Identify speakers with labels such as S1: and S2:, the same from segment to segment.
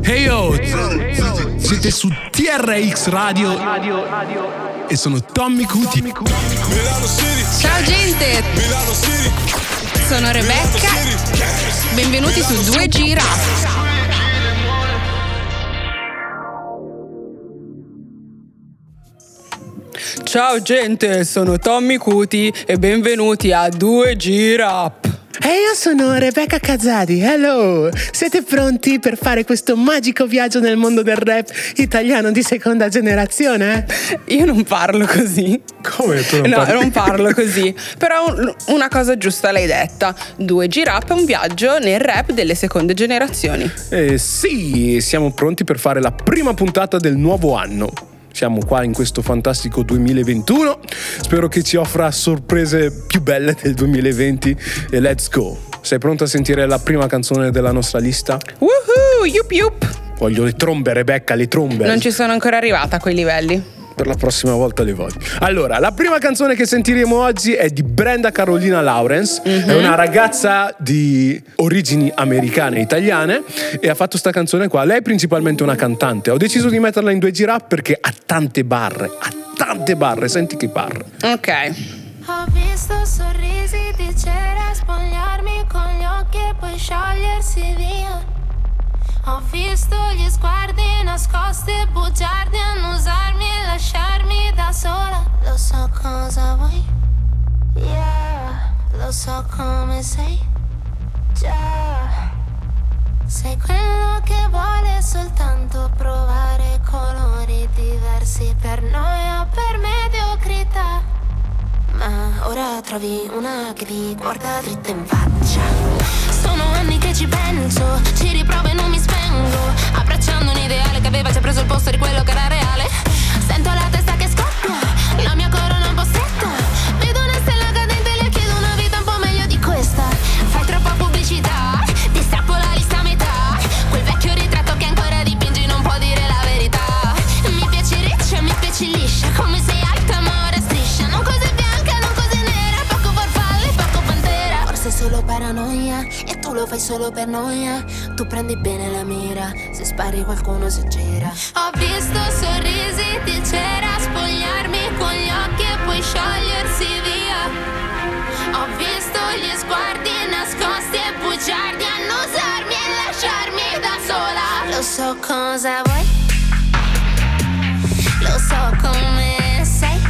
S1: Hey yo, siete su TRX Radio e sono Tommy Cuti.
S2: Ciao gente, sono Rebecca, benvenuti su 2G Rap. Ciao gente, sono Tommy Cuti e benvenuti a 2G Rap.
S3: E io sono Rebecca Cazzadi, hello! Siete pronti per fare questo magico viaggio nel mondo del rap italiano di seconda generazione?
S2: Io non parlo così.
S3: Come tu
S2: No, non parlo così. Però una cosa giusta l'hai detta. 2G Rap è un viaggio nel rap delle seconde generazioni.
S3: Sì, siamo pronti per fare la prima puntata del nuovo anno. Siamo qua in questo fantastico 2021. Spero che ci offra sorprese più belle del 2020 e let's go. Sei pronto a sentire la prima canzone della nostra lista?
S2: Woohoo, yup yup.
S3: Voglio le trombe, Rebecca, le trombe.
S2: Non ci sono ancora arrivata a quei livelli.
S3: Per la prossima volta le voglio. Allora, la prima canzone che sentiremo oggi è di Brenda Carolina Lawrence. È una ragazza di origini americane e italiane e ha fatto sta canzone qua. Lei è principalmente una cantante. Ho deciso di metterla in 2G Rap perché ha tante barre. Senti che barre.
S2: Ok.
S4: Ho visto sorrisi di cera spogliarmi con gli occhi e poi sciogliersi via. Ho visto gli sguardi nascosti e bugiardi, annusarmi e lasciarmi da sola. Lo so cosa vuoi, yeah, lo so come sei, già. Sei quello che vuole soltanto provare colori diversi per noia o per mediocrità. Ma ora trovi una che ti guarda dritto in faccia. Sono anni che ci penso, ci riprovo e non mi spengo, abbracciando un ideale che aveva già preso il posto di quello che era reale. Sento la testa che scoppia, la mia corona un po' stretta. Vedo una stella cadente e le chiedo una vita un po' meglio di questa. Fai troppa pubblicità, ti strappo la lista a metà. Quel vecchio ritratto che ancora dipingi non può dire la verità. Mi piaci riccia, mi piaci liscia, come sei alta ma ora striscia. Non così bianca, non così nera, poco farfalle, poco pantera. Forse è solo paranoia e tu lo fai solo per noia. Tu prendi bene la mira, se spari qualcuno si gira. Ho visto sorrisi di cera spogliarmi con gli occhi e poi sciogliersi via. Ho visto gli sguardi nascosti e bugiardi, annusarmi e lasciarmi da sola. Lo so cosa vuoi, lo so come sei.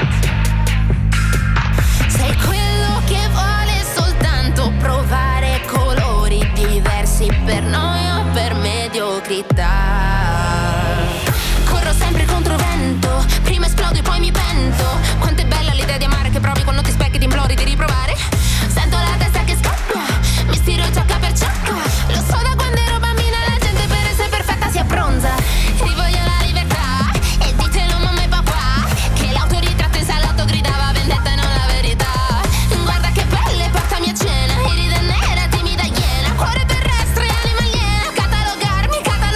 S4: Sei quello che vuole soltanto provare colori diversi per noia o per mediocrità. Corro sempre contro vento, prima esplodo e poi mi pento. Quanto è bella l'idea di amare che provi quando ti specchi e ti implori di riprovare. Sento la testa che scoppia, mi stiro ciocca per ciocca. Lo so da quando ero bambina la gente per essere perfetta si abbronza. Ti voglio la libertà e ditelo mamma e papà che l'autoritratto in salotto gridava vendetta e non la verità. Guarda che pelle portami a cena, iride nera, timida iena, cuore terrestre, anima aliena. Catalogarmi,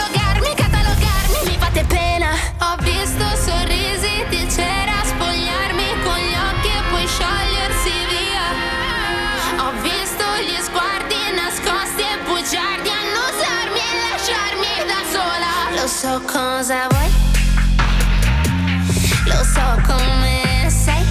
S4: mi fate pena. Ho visto sorrisi di cera spogliarmi con gli occhi e poi sciogliersi via. Ho visto gli sguardi nascosti e bugiardi, annusarmi e lasciarmi da sola. Lo so cosa vuoi, lo so come sei.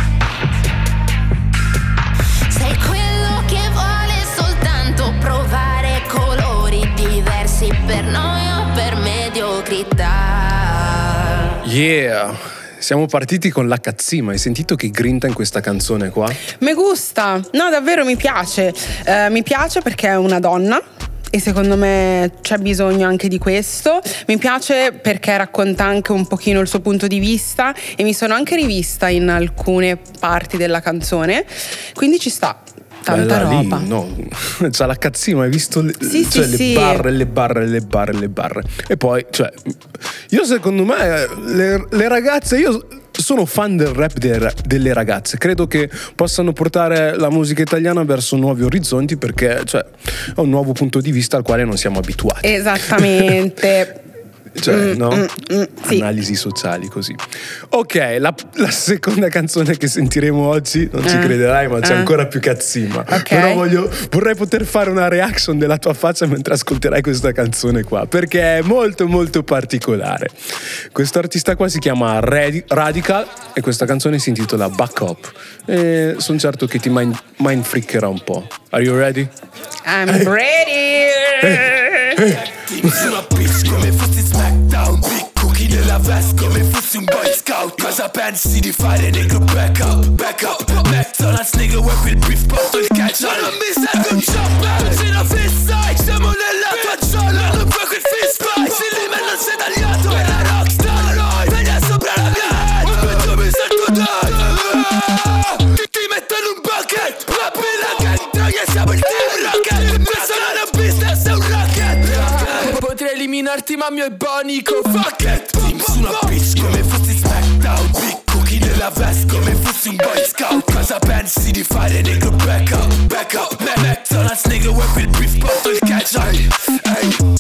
S4: Sei quello che vuole soltanto provare colori diversi per noia o per mediocrità.
S3: Yeah! Siamo partiti con la cazzima. Hai sentito che grinta in questa canzone qua?
S2: Me gusta, no davvero mi piace. Mi piace perché è una donna e secondo me c'è bisogno anche di questo. Mi piace perché racconta anche un pochino il suo punto di vista e mi sono anche rivista in alcune parti della canzone, quindi ci sta. Tanta
S3: Bella
S2: roba.
S3: lì, no, c'ha la cazzima, hai visto
S2: Sì,
S3: cioè,
S2: sì,
S3: le barre. E poi, cioè, io secondo me le ragazze, io sono fan del rap delle ragazze. Credo che possano portare la musica italiana verso nuovi orizzonti perché, cioè, è un nuovo punto di vista al quale non siamo abituati.
S2: Esattamente.
S3: cioè, no?
S2: Sì.
S3: Analisi sociali così. Ok, la seconda canzone che sentiremo oggi, non ci crederai, ma c'è ancora più cazzimma.
S2: Okay.
S3: Però vorrei poter fare una reaction della tua faccia mentre ascolterai questa canzone qua, perché è molto molto particolare. Questo artista qua si chiama Radical e questa canzone si intitola Back Up, e sono certo che ti mind freakerà un po'. Are you ready?
S2: I'm ready.
S5: Team sulla pitch come fossi SmackDown, big cookie nella vest come fossi un boy scout. Cosa pensi di fare, negro? Back up, McDonald's nigga, web il brief, porto il catch. Ma non mi sento un chopper, se la fissa, siamo nella tua zona. Non vuoi quel fist fight, se l'email non sei tagliato. Per la rockstar, vedi sopra la mia head, e tu mi sento dead. Ti metto in un bucket, proprio la canto, e siamo il team rocket. Questo non è un business, è un rocket. Potrei eliminarti ma mio è bonico. Fuck it. Team su una bitch come fossi SmackDown, big cookie nella vest come fossi un boy scout. Cosa pensi di fare, negro? Back up McDonald's nigga, web il brief, porto il catch. Hey.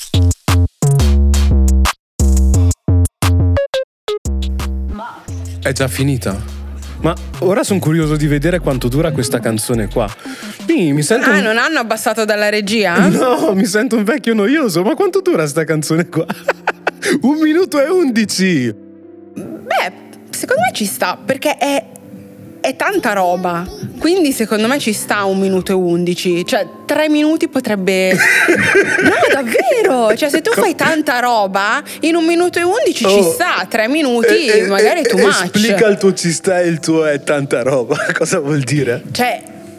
S3: È già finita? Ma ora sono curioso di vedere quanto dura questa canzone qua. Mi sento
S2: non hanno abbassato dalla regia?
S3: No, mi sento un vecchio noioso. Ma quanto dura sta canzone qua? 1 minuto e 11.
S2: Beh, secondo me ci sta, perché è tanta roba. Quindi secondo me ci sta 1 minuto e 11. Cioè 3 minuti potrebbe... No, davvero. Cioè se tu fai tanta roba, in 1 minuto e 11 ci sta. 3 minuti magari è too much.
S3: Esplica il tuo ci sta e il tuo è tanta roba. Cosa vuol dire?
S2: Cioè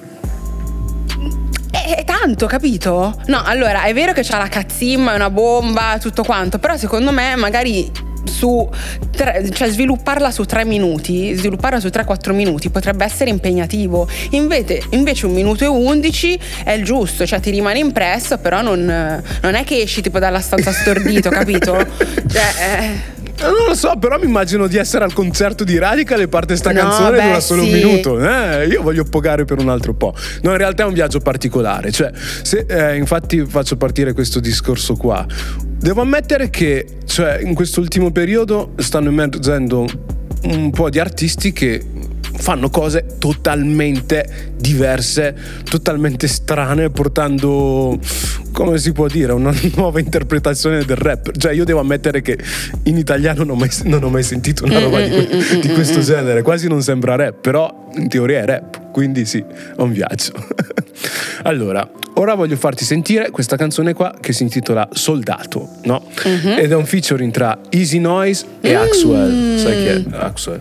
S2: è tanto, capito? No, allora è vero che c'ha la cazzimma, è una bomba, tutto quanto. Però secondo me magari cioè svilupparla su 3 minuti, svilupparla su 3-4 minuti potrebbe essere impegnativo. Invece 1 minuto e 11 è il giusto, cioè ti rimane impresso, però non è che esci tipo dalla stanza stordito, capito? Cioè
S3: Non lo so, però mi immagino di essere al concerto di Radical e parte sta canzone dura solo 1 minuto. Io voglio pogare per un altro po'. No, in realtà è un viaggio particolare. Cioè, infatti faccio partire questo discorso qua. Devo ammettere che, cioè, in quest'ultimo periodo stanno emergendo un po' di artisti che fanno cose totalmente diverse, totalmente strane, portando, come si può dire, una nuova interpretazione del rap. Cioè io devo ammettere che in italiano non ho mai sentito una roba di questo genere. Quasi non sembra rap, però in teoria è rap, quindi sì, è un viaggio. Allora, ora voglio farti sentire questa canzone qua che si intitola Soldato, no? Ed è un featuring tra Easy Noise e Axwell. Sai chi è Axwell?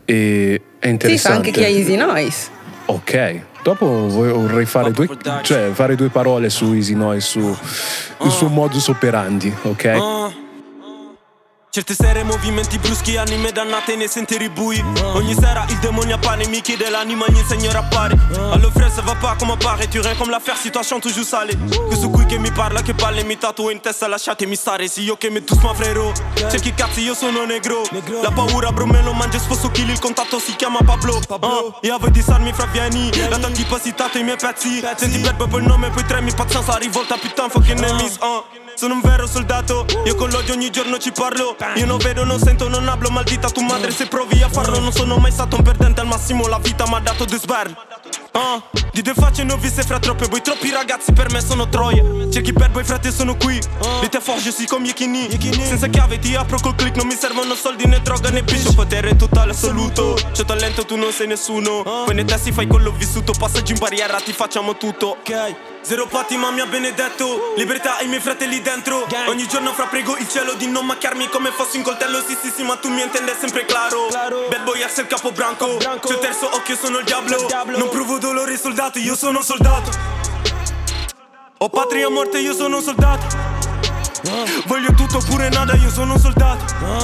S3: E è interessante.
S2: Sì, sa anche chi è Easy Noise.
S3: Ok, dopo vorrei fare fare 2 parole su Easy Noise, il suo modus operandi, ok?
S5: Certe sere movimenti bruschi, anime dannate nei sentieri bui. Ogni sera il demonio appare, mi chiede l'anima, gli insegno a rappare. Allo frère ça va pas come appare, tu rien comme l'affaire, situation toujours salée. Questo qui che mi parla, che palle mi tatua in testa, lasciatemi stare, sì io che mi tus ma frero. Cerchi cazzi, io sono negro. La paura bro me lo mangio, sposto kill, il contatto si chiama Pablo. E a voi disarmi fra vieni, la tua tipa citato i miei pezzi. Senti bad boy il nome, poi tremi, pazienza, rivolta, putain fucking enemies. Sono un vero soldato, io con l'odio ogni giorno ci parlo. Io non vedo, non sento, non hablo, maldita tu madre se provi a farlo. Non sono mai stato un perdente, al massimo la vita m'ha dato 2 sberle. Di 2 facce ne ho viste fra troppe, voi troppi ragazzi per me sono troie. Cerchi bad boy frate sono qui, le te forge sì come Yekini. Senza chiave ti apro col click, non mi servono soldi né droga né bitch. Ho potere totale assoluto, c'ho talento tu non sei nessuno. Poi nei testi fai quello vissuto, passaggi in barriera ti facciamo tutto. Ok, zero patti ma mi ha benedetto, libertà ai miei fratelli dentro. Ogni giorno fra prego il cielo di non macchiarmi come fossi un coltello. Sì sì sì ma tu mi intendi sempre claro. Bad boy ex il capo branco, c'ho il terzo occhio sono il diavolo. Non provo dolore soldato, io sono un soldato. Ho patria o morte, io sono un soldato. Voglio tutto oppure nada, io sono un soldato.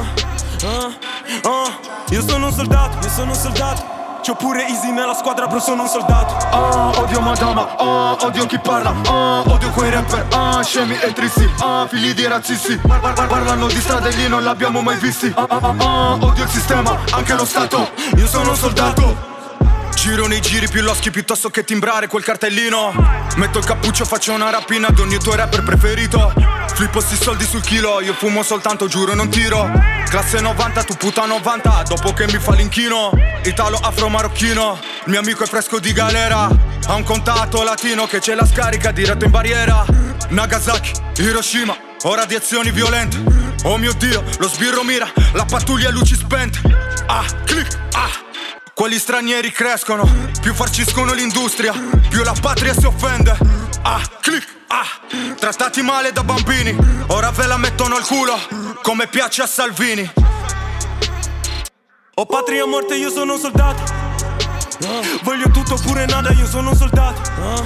S5: Io sono un soldato, io sono un soldato. C'ho pure Easy nella squadra, bro, sono un soldato. Odio madama, odio chi parla, odio quei rapper, scemi e tristi, figli di razzisti. Parlano di strade lì, non l'abbiamo mai visti. Odio il sistema, anche lo stato. Io sono un soldato.
S6: giro nei giri più loschi piuttosto che timbrare quel cartellino. Metto il cappuccio, faccio una rapina ad ogni tuo rapper preferito. Flippo sti soldi sul chilo, io fumo soltanto, giuro non tiro. Classe 90, tu puta 90, dopo che mi fa l'inchino. Italo afro-marocchino, il mio amico è fresco di galera. Ha un contatto latino che ce la scarica diretto in barriera. Nagasaki, Hiroshima, ora di azioni violente. Oh mio Dio, lo sbirro mira, la pattuglia a luci spente. Ah, click, ah. Quelli stranieri crescono, più farciscono l'industria, più la patria si offende. Ah, click, ah. Trattati male da bambini, ora ve la mettono al culo, come piace a Salvini.
S5: Oh patria o morte, io sono un soldato. Voglio tutto oppure nada, io sono un soldato.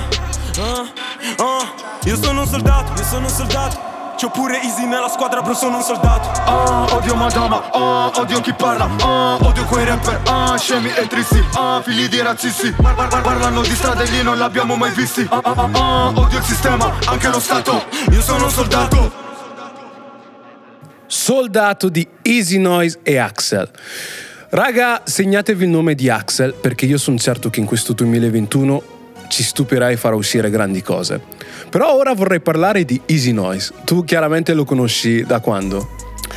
S5: Io sono un soldato, io sono un soldato. C'ho pure Easy nella squadra, bro, sono un soldato.
S6: Odio madama, odio chi parla, odio quei rapper, scemi e tristi, figli di razzisti. Parlano di strada e lì non l'abbiamo mai visti. Odio il sistema, anche lo Stato. Io sono un soldato.
S3: Soldato di Easy Noise e Axel. Raga, segnatevi il nome di Axel, perché io sono certo che in questo 2021 ci stupirà e farà uscire grandi cose. Però ora vorrei parlare di Easy Noise. Tu chiaramente lo conosci da quando?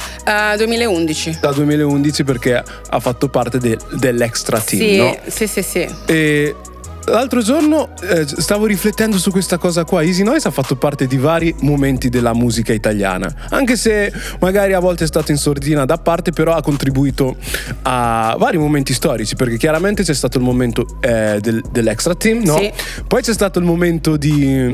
S2: 2011.
S3: Da 2011, perché ha fatto parte dell'Extra Team,
S2: sì,
S3: no?
S2: Sì.
S3: E l'altro giorno stavo riflettendo su questa cosa qua. Easy Noise ha fatto parte di vari momenti della musica italiana, anche se magari a volte è stato in sordina da parte, però ha contribuito a vari momenti storici, perché chiaramente c'è stato il momento dell'Extra Team, no?
S2: Sì.
S3: Poi c'è stato il momento di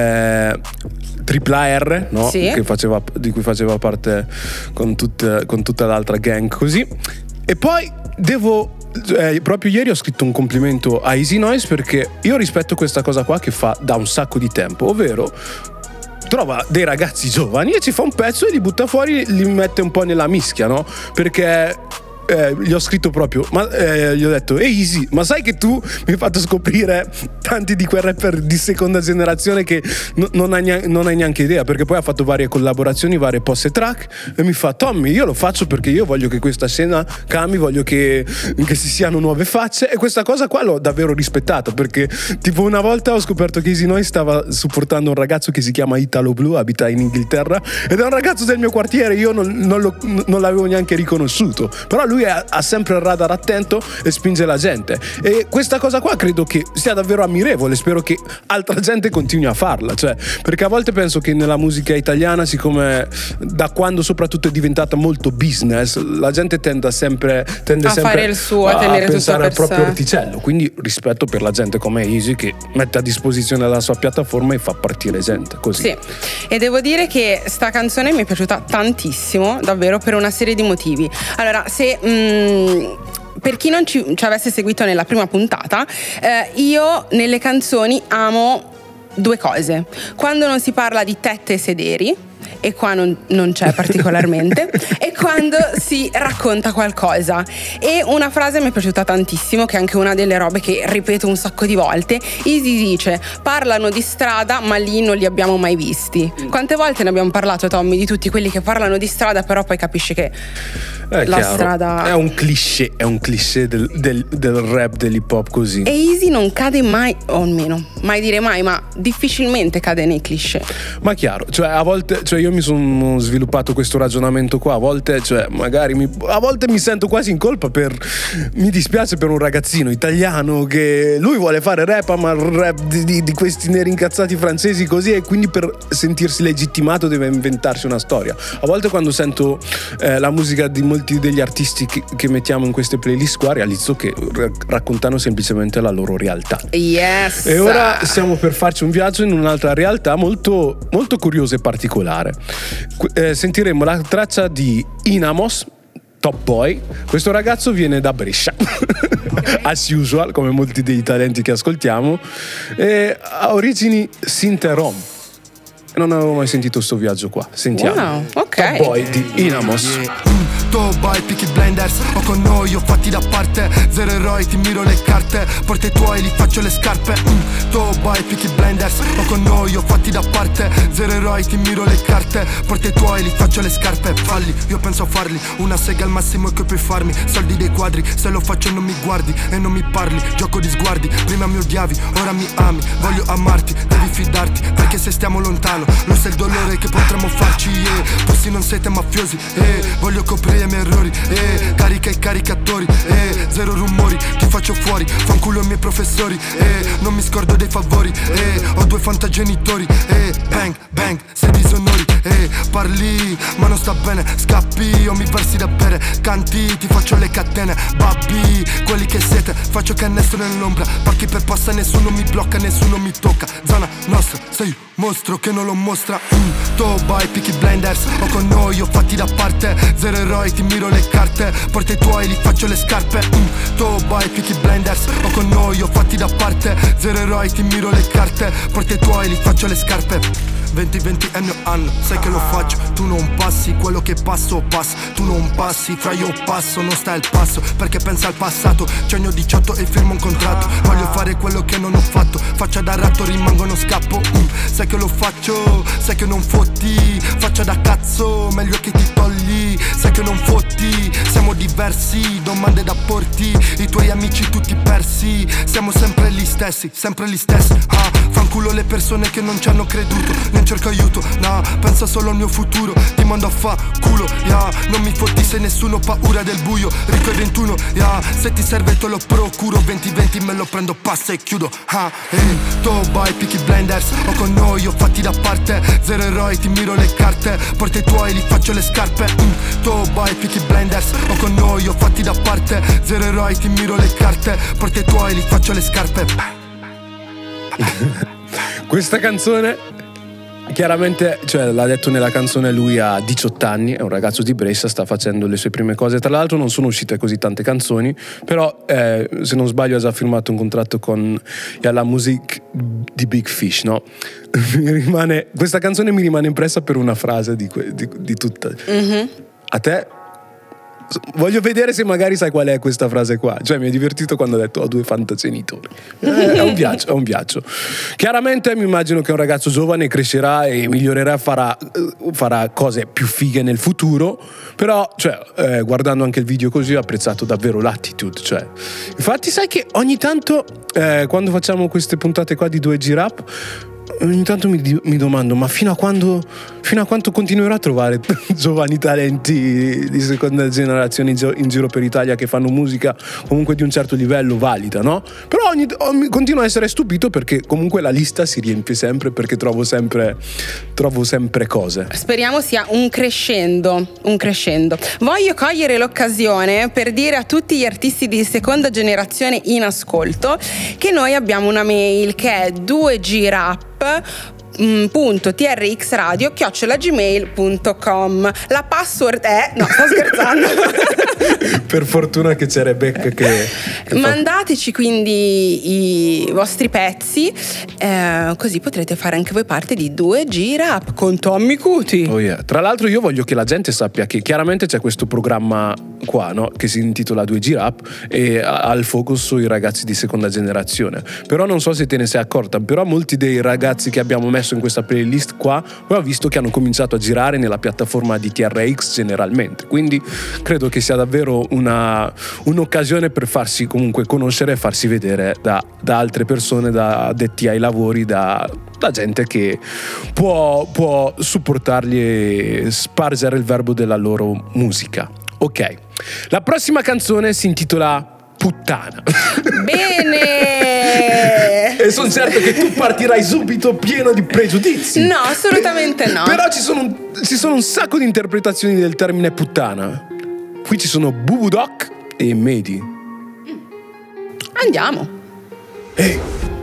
S3: Tripla R, no?
S2: Sì.
S3: di cui faceva parte con tutta l'altra gang, così. E poi proprio ieri ho scritto un complimento a Easy Noise, perché io rispetto questa cosa qua che fa da un sacco di tempo, ovvero trova dei ragazzi giovani e ci fa un pezzo e li butta fuori, li mette un po' nella mischia, no? Perché gli ho scritto proprio, gli ho detto: ehi Easy, ma sai che tu mi hai fatto scoprire tanti di quei rapper di seconda generazione che non hai neanche idea, perché poi ha fatto varie collaborazioni, varie post track, e mi fa: Tommy, io lo faccio perché io voglio che questa scena cambi, voglio che ci siano nuove facce, e questa cosa qua l'ho davvero rispettata, perché tipo una volta ho scoperto che Easy Noise stava supportando un ragazzo che si chiama Italo Blue, abita in Inghilterra ed è un ragazzo del mio quartiere, io non l'avevo neanche riconosciuto, però lui ha sempre il radar attento e spinge la gente, e questa cosa qua credo che sia davvero ammirevole. Spero che altra gente continui a farla, cioè, perché a volte penso che nella musica italiana, siccome da quando soprattutto è diventata molto business, la gente tende sempre
S2: fare il suo, a tenere tutto
S3: pensare
S2: per
S3: al proprio
S2: sé.
S3: orticello. Quindi rispetto per la gente come Easy, che mette a disposizione la sua piattaforma e fa partire gente così.
S2: Sì, e devo dire che sta canzone mi è piaciuta tantissimo, davvero, per una serie di motivi. Allora, per chi non ci avesse seguito nella prima puntata, io nelle canzoni amo due cose: quando non si parla di tette e sederi, e qua non c'è particolarmente, e quando si racconta qualcosa. E una frase mi è piaciuta tantissimo, che è anche una delle robe che ripeto un sacco di volte. Easy dice: parlano di strada ma lì non li abbiamo mai visti. Quante volte ne abbiamo parlato, Tommy, di tutti quelli che parlano di strada, però poi capisci che la
S3: chiaro,
S2: strada
S3: è un cliché del rap, dell'hip hop, così.
S2: E Easy non cade mai, o almeno mai dire mai, ma difficilmente cade nei cliché.
S3: Ma chiaro, cioè a volte, cioè io mi sono sviluppato questo ragionamento qua, a volte, cioè magari a volte mi sento quasi in colpa mi dispiace per un ragazzino italiano che lui vuole fare rap, ma il rap di questi neri incazzati francesi così, e quindi per sentirsi legittimato deve inventarsi una storia. A volte quando sento la musica di molti degli artisti che mettiamo in queste playlist qua, realizzo che raccontano semplicemente la loro realtà.
S2: Yes.
S3: E ora stiamo per farci un viaggio in un'altra realtà molto, molto curiosa e particolare. Sentiremo la traccia di Inamos, Top Boy. Questo ragazzo viene da Brescia, as usual, come molti dei talenti che ascoltiamo, e ha origini sinti-rom. Non avevo mai sentito sto viaggio qua. Sentiamo.
S2: Wow, ok.
S3: Top Boy di Inamos.
S7: Toba e Peaky Blinders, o con noi o fatti da parte. Zero eroi, ti miro le carte, porta i tuoi, li faccio le scarpe. Toba e Peaky Blinders, o con noi o fatti da parte. Zero eroi, ti miro le carte, porta i tuoi, li faccio le scarpe. Falli, io penso a farli, una sega al massimo e che puoi farmi. Soldi dei quadri, se lo faccio non mi guardi e non mi parli. Gioco di sguardi, prima mi odiavi, ora mi ami. Voglio amarti, devi fidarti, perché se stiamo lontano lo sai il dolore che potremmo farci, Forse non siete mafiosi, voglio coprire i miei errori, carica i caricatori, zero rumori, ti faccio fuori, fanculo i miei professori, non mi scordo dei favori, ho 2 fantagenitori, bang, bang, sei disonori, parli, ma non sta bene, scappi o mi versi da bere, canti, ti faccio le catene, babbi, quelli che siete, faccio canestro nell'ombra, pacchi per passa, nessuno mi blocca, nessuno mi tocca, zona nostra, sei un mostro che non lo mostra, Toba e Peaky Blinders, o con noi o fatti da parte, zero eroi, ti miro le carte, porta i tuoi, li faccio le scarpe, Toba e Peaky Blinders, o con noi o fatti da parte, zero eroi, ti miro le carte, porta i tuoi, li faccio le scarpe. 2020 è il mio anno, sai che lo faccio, tu non passi, quello che passo passa, tu non passi, fra io passo, non stai al passo, perché pensa al passato, c'ho 18 e firmo un contratto, voglio fare quello che non ho fatto, faccia da ratto, rimango, non scappo, sai che lo faccio, sai che non fotti, faccia da cazzo, meglio che ti togli, sai che non fotti, siamo diversi, domande da porti, i tuoi amici tutti persi, siamo sempre gli stessi, fanculo le persone che non ci hanno creduto, non cerco aiuto, no, pensa solo al mio futuro, ti mando a fa culo, non mi fotti se nessuno paura del buio, ricco e 21, se ti serve te lo procuro, 2020 me lo prendo, passa e chiudo, Toba e Peaky Blinders, o con noi o fatti da parte, zero eroi, ti miro le carte, porta i tuoi, li faccio le scarpe, Toba e Peaky Blinders, o con noi o fatti da parte, zero eroi, ti miro le carte, porta i tuoi, li faccio le scarpe.
S3: Questa canzone chiaramente, cioè, l'ha detto nella canzone, lui ha 18 anni, è un ragazzo di Brescia, sta facendo le sue prime cose, tra l'altro non sono uscite così tante canzoni, però se non sbaglio ha già firmato un contratto con la music di Big Fish, no? Questa canzone mi rimane impressa per una frase di tutta. A te? Voglio vedere se magari sai qual è questa frase qua. Cioè, mi è divertito quando ha detto ho 2 fantagenitori. È un viaggio. Chiaramente mi immagino che un ragazzo giovane crescerà e migliorerà, farà cose più fighe nel futuro. Però, cioè, guardando anche il video così, ho apprezzato davvero l'attitude. Cioè, infatti, sai che ogni tanto quando facciamo queste puntate qua di 2G Rap, ogni tanto mi domando, ma fino a quanto continuerò a trovare giovani talenti di seconda generazione in giro per Italia che fanno musica comunque di un certo livello valida, no? Però continuo a essere stupito perché comunque la lista si riempie sempre, perché trovo sempre cose. Speriamo sia un crescendo.
S2: Voglio cogliere l'occasione per dire a tutti gli artisti di seconda generazione in ascolto che noi abbiamo una mail che è 2grap.trxradio@gmail.com. La password è... no, sto scherzando.
S3: Per fortuna che c'è Rebecca che
S2: mandateci quindi i vostri pezzi, così potrete fare anche voi parte di 2G Rap con Tommy Cuti.
S3: Oh yeah. Tra l'altro io voglio che la gente sappia che chiaramente c'è questo programma qua, no? Che si intitola 2G Rap e ha il focus sui ragazzi di seconda generazione. Però non so se te ne sei accorta, però molti dei ragazzi che abbiamo messo in questa playlist qua, poi ho visto che hanno cominciato a girare nella piattaforma di TRX generalmente, quindi credo che sia davvero un'occasione per farsi comunque conoscere e farsi vedere da altre persone, da addetti ai lavori, da gente che può supportarli e spargere il verbo della loro musica. Ok, la prossima canzone si intitola Puttana.
S2: Bene!
S3: E sono certo che tu partirai subito pieno di pregiudizi.
S2: No, assolutamente no.
S3: Però ci sono un sacco di interpretazioni del termine puttana. Qui ci sono Bubu Doc e Medi.
S2: Andiamo.
S3: Ehi.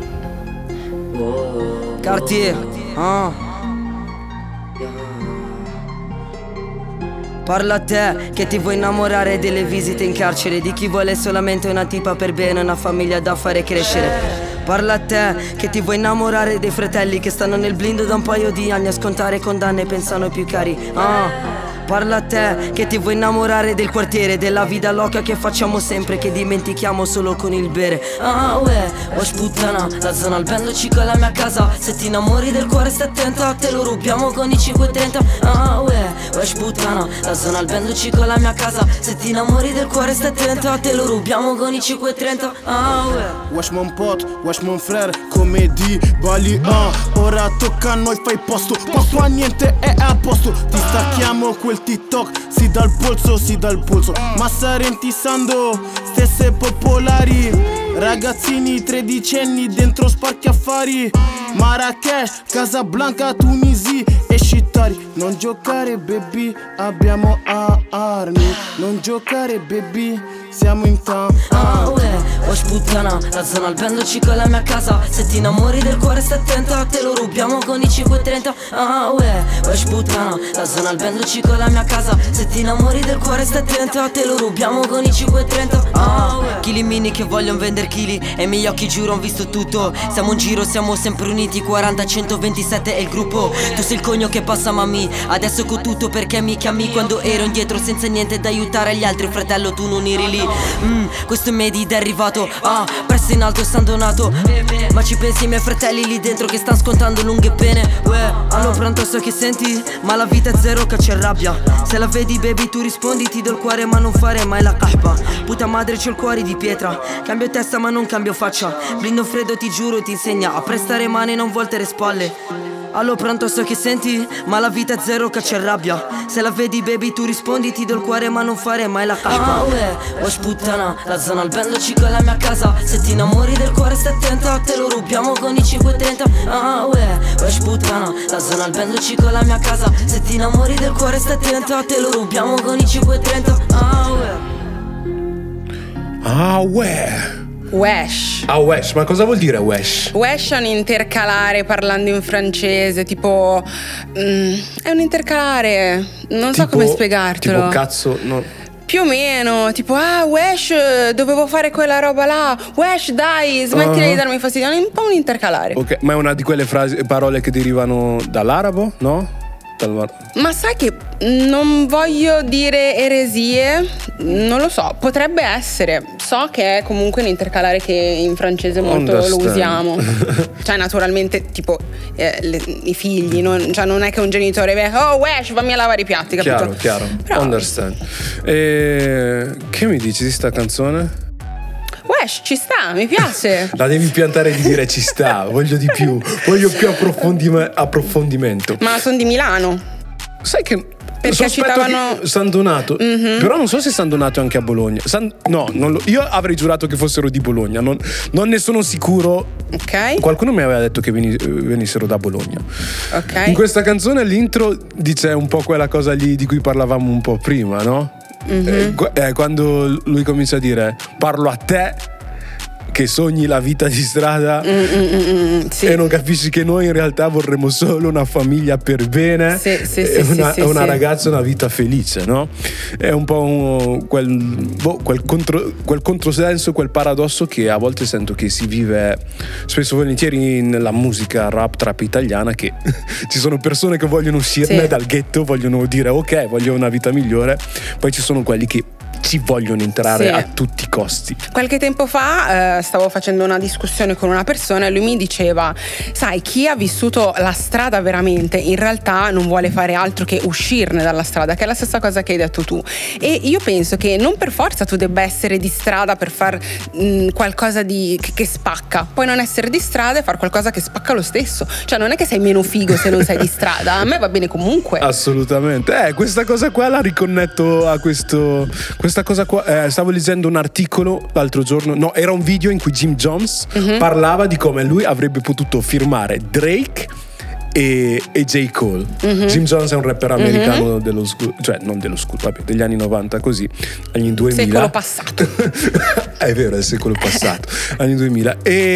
S8: Cartier. Parla a te che ti vuoi innamorare delle visite in carcere, di chi vuole solamente una tipa per bene, una famiglia da fare crescere. Parla a te che ti vuoi innamorare dei fratelli che stanno nel blindo da un paio di anni a scontare condanne e pensano ai più cari. Parla a te che ti vuoi innamorare del quartiere, della vita loca che facciamo sempre, che dimentichiamo solo con il bere. Wash puttana, la zona al bendo cico è la mia casa. Se ti innamori del cuore stai attenta, te lo rubiamo con i 530. Wash puttana, la zona al bendo cico è la mia casa. Se ti innamori del cuore stai attenta, te lo rubiamo con i 530.
S9: Wesh mon pot, wesh mon frère, come di Bali. Ora tocca a noi, fai posto, posto a niente è a posto. Ti stacchiamo quel TikTok, si dà il polso, Massa rentisando, stesse popolari. Ragazzini tredicenni dentro sparchi affari. Marrakesh, Casablanca, Tunisi e Scitari. Non giocare baby, abbiamo armi. Non giocare baby, siamo in town.
S8: Wash puttana, la zona al bendo cico è la mia casa. Se ti innamori del cuore stai attenta, te lo rubiamo con i 530. Wash puttana, la zona al bendo cico è la mia casa. Se ti innamori del cuore stai attenta, te lo rubiamo con i 530. Chili mini che vogliono vendere chili, e i miei occhi giuro han visto tutto. Siamo in giro, siamo sempre uniti, 40-127 è il gruppo. Tu sei il cogno che passa mamì, adesso con tutto perché mi chiami quando ero indietro senza niente da aiutare agli altri. Fratello tu non eri lì, questo è Medid è arrivato. Presto in alto San Donato. Ma ci pensi ai miei fratelli lì dentro che stanno scontando lunghe pene. Hanno pronto so che senti, ma la vita è zero che c'è rabbia. Se la vedi baby tu rispondi, ti do il cuore ma non fare mai la kahpa. Puta madre c'ho il cuore di pietra, cambio testa ma non cambio faccia. Blindo freddo ti giuro ti insegna a prestare mani e non voltere spalle. Allo pronto so che senti, ma la vita è zero che c'è rabbia. Se la vedi baby tu rispondi, ti do il cuore ma non fare mai la kahpa. Wash puttana, la zona al bendo cico è la mia casa. Se ti innamori del cuore stai attenta, te lo rubiamo con i 530. Wash puttana, la zona al bendo cico è la mia casa. Se ti innamori del cuore stai attenta, te lo rubiamo con i 530.
S2: Wesh.
S3: Wesh, ma cosa vuol dire wesh?
S2: Wesh è un intercalare parlando in francese, tipo è un intercalare, non so come spiegartelo.
S3: Tipo cazzo, no.
S2: Più o meno, tipo wesh, dovevo fare quella roba là. Wesh, dai, smettila di darmi fastidio. È un po' un intercalare.
S3: Ok, ma è una di quelle parole che derivano dall'arabo, no?
S2: Ma sai che non voglio dire eresie, non lo so, potrebbe essere. So che è comunque un intercalare che in francese molto lo usiamo. Cioè naturalmente tipo i figli, non è che un genitore wesh, fammi a lavare i piatti, capito?
S3: Chiaro.
S2: Però,
S3: understand. Che mi dici di sta canzone?
S2: Wesh, ci sta, mi piace.
S3: La devi piantare di dire ci sta, voglio di più, voglio più approfondimento.
S2: Ma sono di Milano.
S3: Sai che
S2: perché citavano
S3: San Donato, però non so se San Donato è anche a Bologna. Io avrei giurato che fossero di Bologna, non ne sono sicuro.
S2: Ok.
S3: Qualcuno mi aveva detto che venissero da Bologna.
S2: Ok.
S3: In questa canzone l'intro dice un po' quella cosa lì di cui parlavamo un po' prima, no? Quando lui comincia a dire parlo a te che sogni la vita di strada
S2: sì.
S3: E non capisci che noi in realtà vorremmo solo una famiglia per bene, una ragazza, una vita felice, no? È un po' quel controsenso, quel paradosso che a volte sento che si vive spesso e volentieri nella musica rap trap italiana, che ci sono persone che vogliono uscirne dal ghetto, vogliono dire ok, voglio una vita migliore, poi ci sono quelli che ci vogliono entrare a tutti i costi.
S2: Qualche tempo fa stavo facendo una discussione con una persona e lui mi diceva: sai, chi ha vissuto la strada veramente in realtà non vuole fare altro che uscirne dalla strada, che è la stessa cosa che hai detto tu. E io penso che non per forza tu debba essere di strada per far qualcosa che spacca, puoi non essere di strada e far qualcosa che spacca lo stesso. Cioè non è che sei meno figo se non sei di strada, a me va bene comunque.
S3: Assolutamente. Questa cosa qua la riconnetto a questa cosa qua. Stavo leggendo un articolo l'altro giorno, no, era un video in cui Jim Jones parlava di come lui avrebbe potuto firmare Drake e J. Cole. Jim Jones è un rapper americano dello school, cioè non dello school, vabbè, degli anni 90 così, anni 2000.
S2: Secolo passato.
S3: È vero, è il secolo passato, anni 2000. E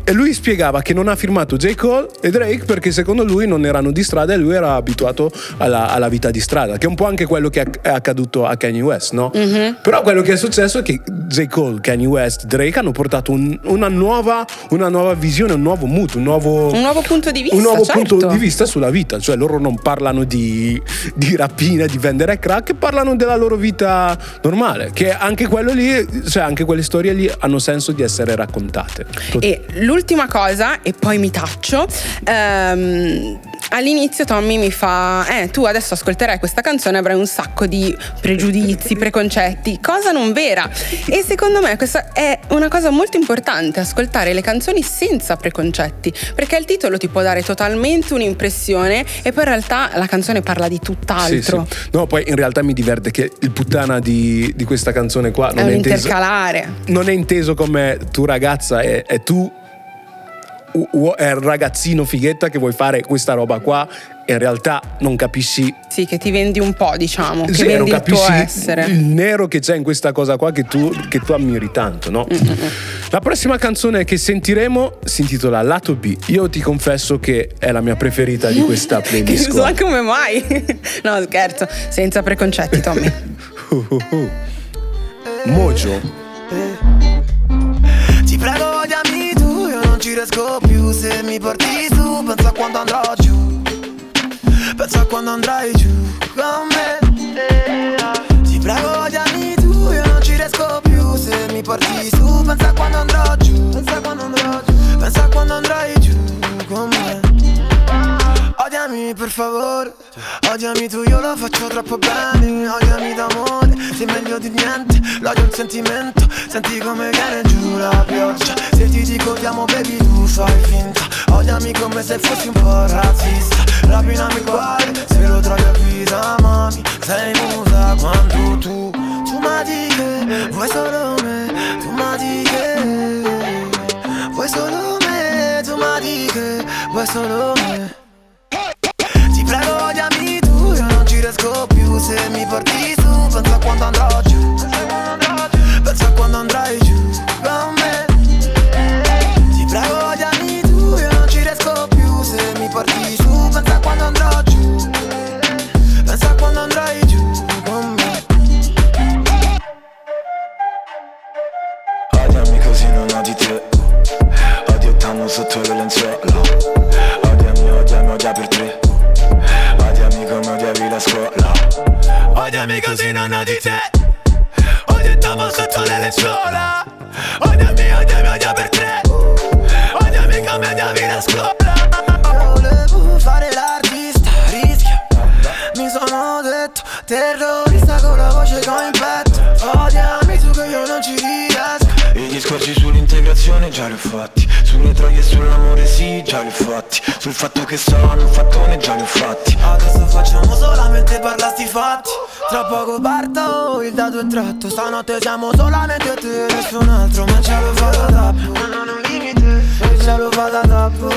S3: E lui spiegava che non ha firmato J. Cole e Drake perché secondo lui non erano di strada e lui era abituato alla vita di strada, che è un po' anche quello che è accaduto a Kanye West, no? Però quello che è successo è che J. Cole, Kanye West, Drake hanno portato una nuova visione, un nuovo mood, un nuovo punto di vista, punto di vista sulla vita. Cioè loro non parlano di rapina, di vendere crack, parlano della loro vita normale, che anche quello lì, cioè anche quelle storie lì hanno senso di essere raccontate.
S2: E l'ultima cosa, e poi mi taccio, all'inizio Tommy mi fa tu adesso ascolterai questa canzone e avrai un sacco di pregiudizi, preconcetti, cosa non vera. E secondo me questa è una cosa molto importante, ascoltare le canzoni senza preconcetti, perché il titolo ti può dare totalmente un'impressione e poi in realtà la canzone parla di tutt'altro.
S3: Sì. No, poi in realtà mi diverte che il puttana di questa canzone qua non
S2: è
S3: è
S2: intercalare.
S3: Non è inteso come tu ragazza e tu è il ragazzino fighetta che vuoi fare questa roba qua e in realtà non capisci.
S2: Sì, che ti vendi un po', diciamo, che
S3: sì,
S2: vendi
S3: non
S2: il tuo essere.
S3: Il nero che c'è in questa cosa qua che tu ammiri tanto, no? La prossima canzone che sentiremo si intitola Lato B. Io ti confesso che è la mia preferita di questa playlist.
S2: Non so anche come mai. No, scherzo, senza preconcetti, Tommy.
S3: Mojo.
S10: Ti prego, odiami tu, io non ci riesco più. Se mi porti su, pensa quando andrò giù. Pensa quando andrai giù con me. Ti prego, odiami tu, io non ci riesco più. Se mi porti su, pensa quando andrò giù. Pensa quando andrò giù. Pensa quando andrai giù con me. Odiami per favore, odiami tu, io lo faccio troppo bene. Odiami d'amore, sei meglio di niente. L'odio è un sentimento, senti come viene giù la pioggia. Se ti dico ti amo baby tu fai finta. Odiami come se fossi un po' razzista. Rapinami il cuore, se lo trovi a vita mami. Sei musa quando tu mi dici che vuoi solo me. Tu mi dici che vuoi solo me. Tu mi dici che vuoi solo me. Ti prego odiami tu, io non ci riesco più. Se mi porti su, pensa quando andrò giù. Pensa quando andrai giù con me. Ti prego odiami tu, io non ci riesco più. Se mi porti su, pensa quando andrò giù. Pensa quando andrai giù con me.
S11: Odiami così non odi te. Odio t'amo sotto le lenzuola. Odiami, odia per tre. Odiami come odiavi la scuola.
S10: Odiami così non odi te. Odio t'amo sotto le lenzuola. Odiami, odia per tre. Odiami come odiavi la scuola. Volevo fare l'artista, rischia. Mi sono detto terrorista con la voce che ho in petto. Odiami tu che io non ci riesco.
S11: I discorsi sull'integrazione già li ho fatti. Sulle troie e sull'amore sì, già li ho fatti. Sul fatto che sono un fattone già li ho fatti.
S10: Adesso facciamo solamente parlare sti fatti. Tra poco parto, il dato è tratto. Stanotte siamo solamente te e nessun altro. Ma ce l'ho fatta troppo, non ho un limite. Ce l'ho fatta troppo.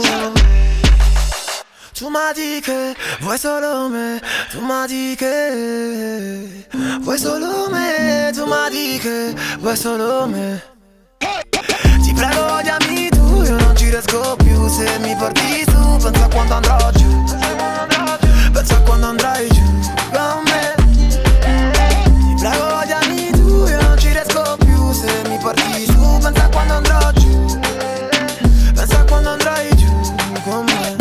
S10: Tu mi dici che vuoi solo me. Tu mi dici che vuoi solo me. Tu mi dici che vuoi solo me. Ti prego odiami tu, io non ci riesco più. Se mi porti su, pensa quando andrò giù. Pensa quando andrai giù con me. Ti prego odiami tu, io non ci riesco più. Se mi porti su, pensa quando andrò giù. Pensa quando andrai giù con me.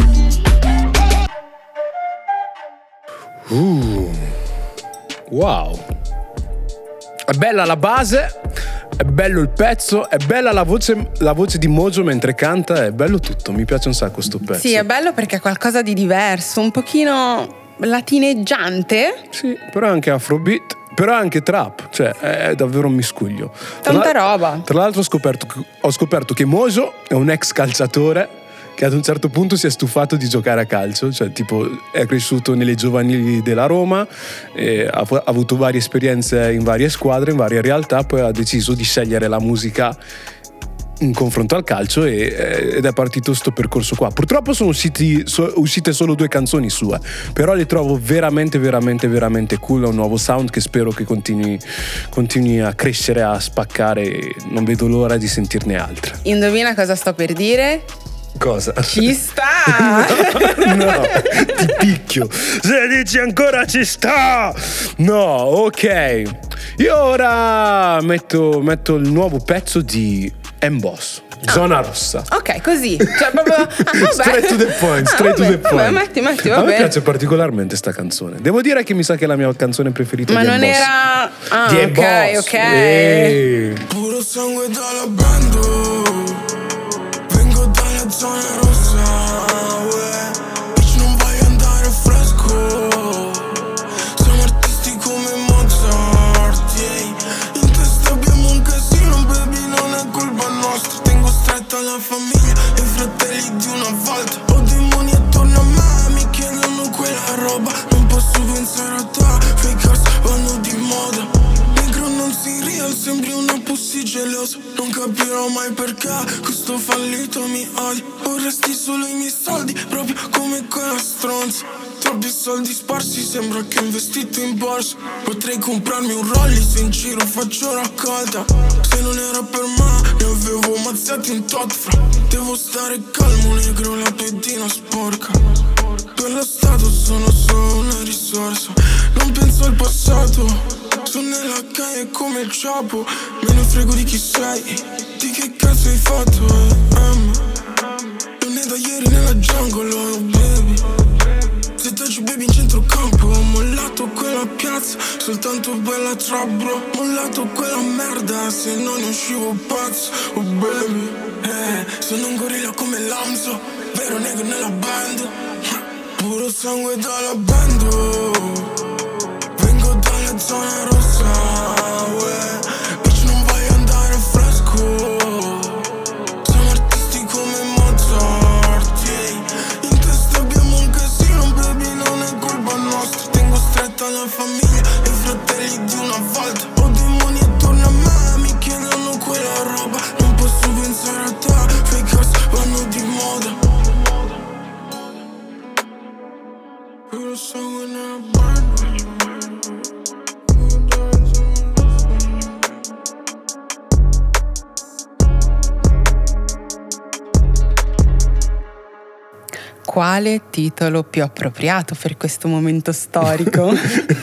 S3: Wow. È bella la base, è bello il pezzo, è bella la voce di Mojo mentre canta, è bello tutto, mi piace un sacco sto pezzo.
S2: Sì, è bello perché è qualcosa di diverso, un pochino latineggiante.
S3: Sì, però anche afrobeat, però anche trap, cioè è davvero un miscuglio.
S2: Tanta roba.
S3: Tra l'altro ho scoperto che Mojo è un ex calciatore che ad un certo punto si è stufato di giocare a calcio, cioè tipo è cresciuto nelle giovanili della Roma, ha avuto varie esperienze in varie squadre, in varie realtà, poi ha deciso di scegliere la musica in confronto al calcio ed è partito sto percorso qua. Purtroppo sono uscite solo 2 canzoni sue, però le trovo veramente veramente veramente cool. È un nuovo sound che spero che continui a crescere, a spaccare. Non vedo l'ora di sentirne altre.
S2: Indovina cosa sto per dire?
S3: Cosa?
S2: Ci sta!
S3: No, ti picchio. Se dici ancora ci sta! No, ok. Io ora metto il nuovo pezzo di M-Boss, Zona Rossa.
S2: Ok, così. Cioè, proprio,
S3: straight to the point, straight to the point.
S2: Metti,
S3: A me piace particolarmente sta canzone. Devo dire che mi sa che è la mia canzone preferita.
S2: Ma
S3: di
S2: non
S3: M-Boss.
S2: Era...
S3: di
S2: ok.
S12: Puro sangue dalla bando, vengo dalla zona rossa, bitch non vai a andare fresco, siamo artisti come Mozart, yeah. In testa abbiamo un casino, baby non è colpa nostra, tengo stretta la famiglia e i fratelli di una volta, ho demoni attorno a me, mi chiedono quella roba, non posso pensare a te, fakers vanno di moda. Non si real, sembri una pussy gelosa. Non capirò mai perché questo fallito mi odia. Vorresti solo i miei soldi, proprio come quella stronza. Troppi soldi sparsi, sembra che ho investito in borsa. Potrei comprarmi un Rolli se in giro faccio raccolta. Se non era per me, ne avevo mazziati un tot fra. Devo stare calmo, negro, la pedina sporca. Per lo Stato sono solo una risorsa. Non penso al passato, sono nella calle come il Chapo. Me ne frego di chi sei, di che cazzo hai fatto, non è da ieri nella jungle, oh baby. Se taci baby in centrocampo, ho mollato quella piazza, soltanto bella trap bro. Mollato quella merda, se non ne uscivo pazzo, oh baby. Sono un gorilla come Lamzo, vero negro nella band. Puro sangue dalla bando, vengo dalla zona rossa, bitch non vai a andare fresco, siamo artisti come Mozart, yeah. In testa abbiamo un casino, baby non è colpa nostra, tengo stretta la famiglia e i fratelli di una volta, ho demoni attorno a me, mi chiedono quella roba, non posso pensare a te, fakers vanno di moda. Puro sangue nella banda.
S2: Quale titolo più appropriato per questo momento storico?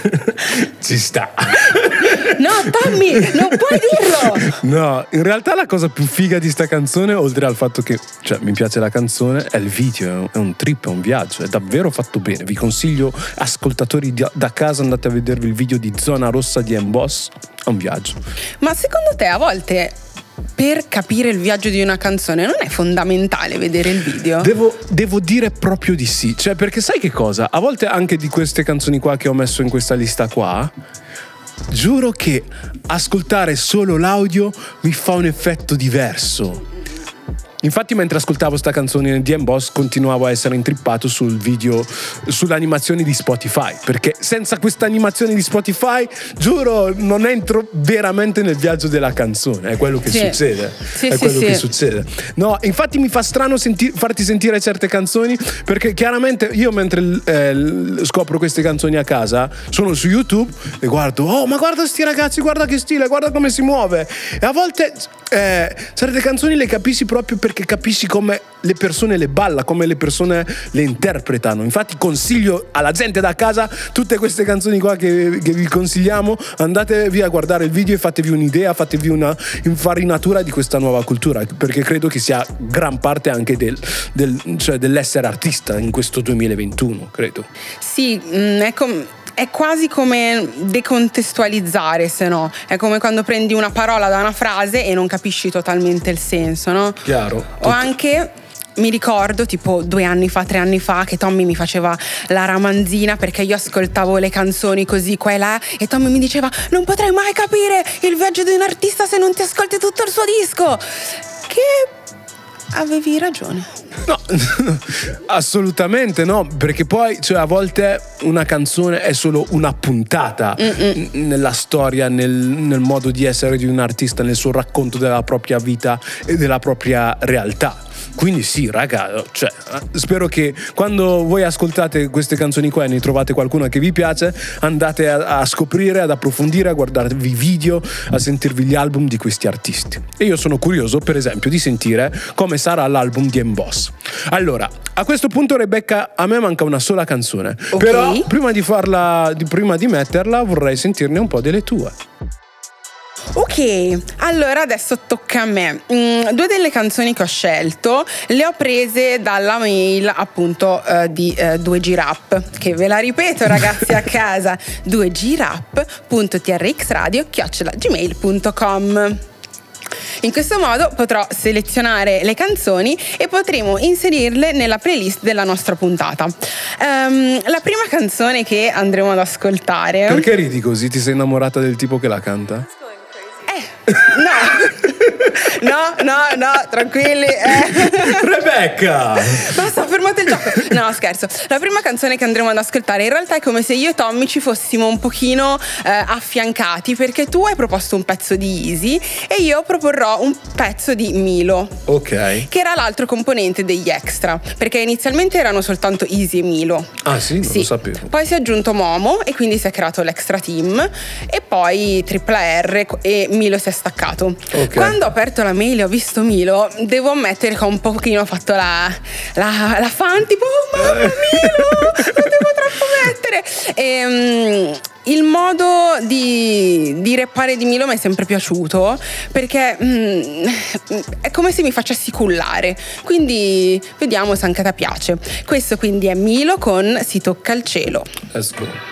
S3: Ci sta.
S2: No, Tommy, non puoi dirlo!
S3: No, in realtà la cosa più figa di sta canzone, oltre al fatto che mi piace la canzone, è il video, è un trip, è un viaggio, è davvero fatto bene. Vi consiglio, ascoltatori da casa, andate a vedervi il video di Zona Rossa di M-Boss, è un viaggio.
S2: Ma secondo te a volte per capire il viaggio di una canzone non è fondamentale vedere il video?
S3: Devo dire proprio di sì, cioè perché sai che cosa? A volte anche di queste canzoni qua che ho messo in questa lista qua, giuro che ascoltare solo l'audio mi fa un effetto diverso. Infatti mentre ascoltavo sta canzone di M-Boss continuavo a essere intrippato sul video, sull'animazione di Spotify, perché senza questa animazione di Spotify, giuro, non entro veramente nel viaggio della canzone. È quello che succede. Che succede. No, infatti mi fa strano farti sentire certe canzoni, perché chiaramente io mentre scopro queste canzoni a casa sono su YouTube e guardo, oh ma guarda sti ragazzi, guarda che stile, guarda come si muove, e a volte certe canzoni le capisci proprio perché capisci come le persone le balla, come le persone le interpretano. Infatti consiglio alla gente da casa tutte queste canzoni qua che vi consigliamo, andatevi a guardare il video e fatevi un'idea, fatevi una infarinatura di questa nuova cultura, perché credo che sia gran parte anche dell'essere artista in questo 2021, credo.
S2: Sì, è quasi come decontestualizzare, se no. È come quando prendi una parola da una frase e non capisci totalmente il senso, no?
S3: Chiaro.
S2: O anche, mi ricordo, tipo 2 anni fa, 3 anni fa, che Tommy mi faceva la ramanzina perché io ascoltavo le canzoni così qua e là, e Tommy mi diceva non potrai mai capire il viaggio di un artista se non ti ascolti tutto il suo disco. Che avevi ragione.
S3: No, assolutamente no, perché poi a volte una canzone è solo una puntata nella storia, nel modo di essere di un artista, nel suo racconto della propria vita e della propria realtà. Quindi sì, raga, spero che quando voi ascoltate queste canzoni qua e ne trovate qualcuna che vi piace, andate a scoprire, ad approfondire, a guardarvi video, a sentirvi gli album di questi artisti. E io sono curioso, per esempio, di sentire come sarà l'album di M-Boss. Allora, a questo punto, Rebecca, a me manca una sola canzone. Okay. Però prima di metterla, vorrei sentirne un po' delle tue.
S2: Ok, allora adesso tocca a me. 2 delle canzoni che ho scelto le ho prese dalla mail appunto di 2G-Rap, che ve la ripeto ragazzi a casa, 2grap.trxradio@gmail.com. In questo modo potrò selezionare le canzoni e potremo inserirle nella playlist della nostra puntata. La prima canzone che andremo ad ascoltare...
S3: Perché ridi così? Ti sei innamorata del tipo che la canta?
S2: No, tranquilli.
S3: Rebecca!
S2: Basta, fermate il gioco. No, scherzo. La prima canzone che andremo ad ascoltare in realtà è come se io e Tommy ci fossimo un pochino affiancati, perché tu hai proposto un pezzo di Easy e io proporrò un pezzo di Milo.
S3: Ok.
S2: Che era l'altro componente degli Extra, perché inizialmente erano soltanto Easy e Milo.
S3: Ah sì? Non lo sapevo.
S2: Poi si è aggiunto Momo e quindi si è creato l'Extra Team e poi Triple R e Milo si è staccato.
S3: Okay.
S2: Quando ho aperto la mail e ho visto Milo, devo ammettere che ho un pochino fatto la fan, tipo oh, mamma Milo, lo devo troppo mettere. Il modo di rappare di Milo mi è sempre piaciuto, perché è come se mi facessi cullare, quindi vediamo se anche a te piace. Questo quindi è Milo con Si tocca il cielo.
S3: Let's go.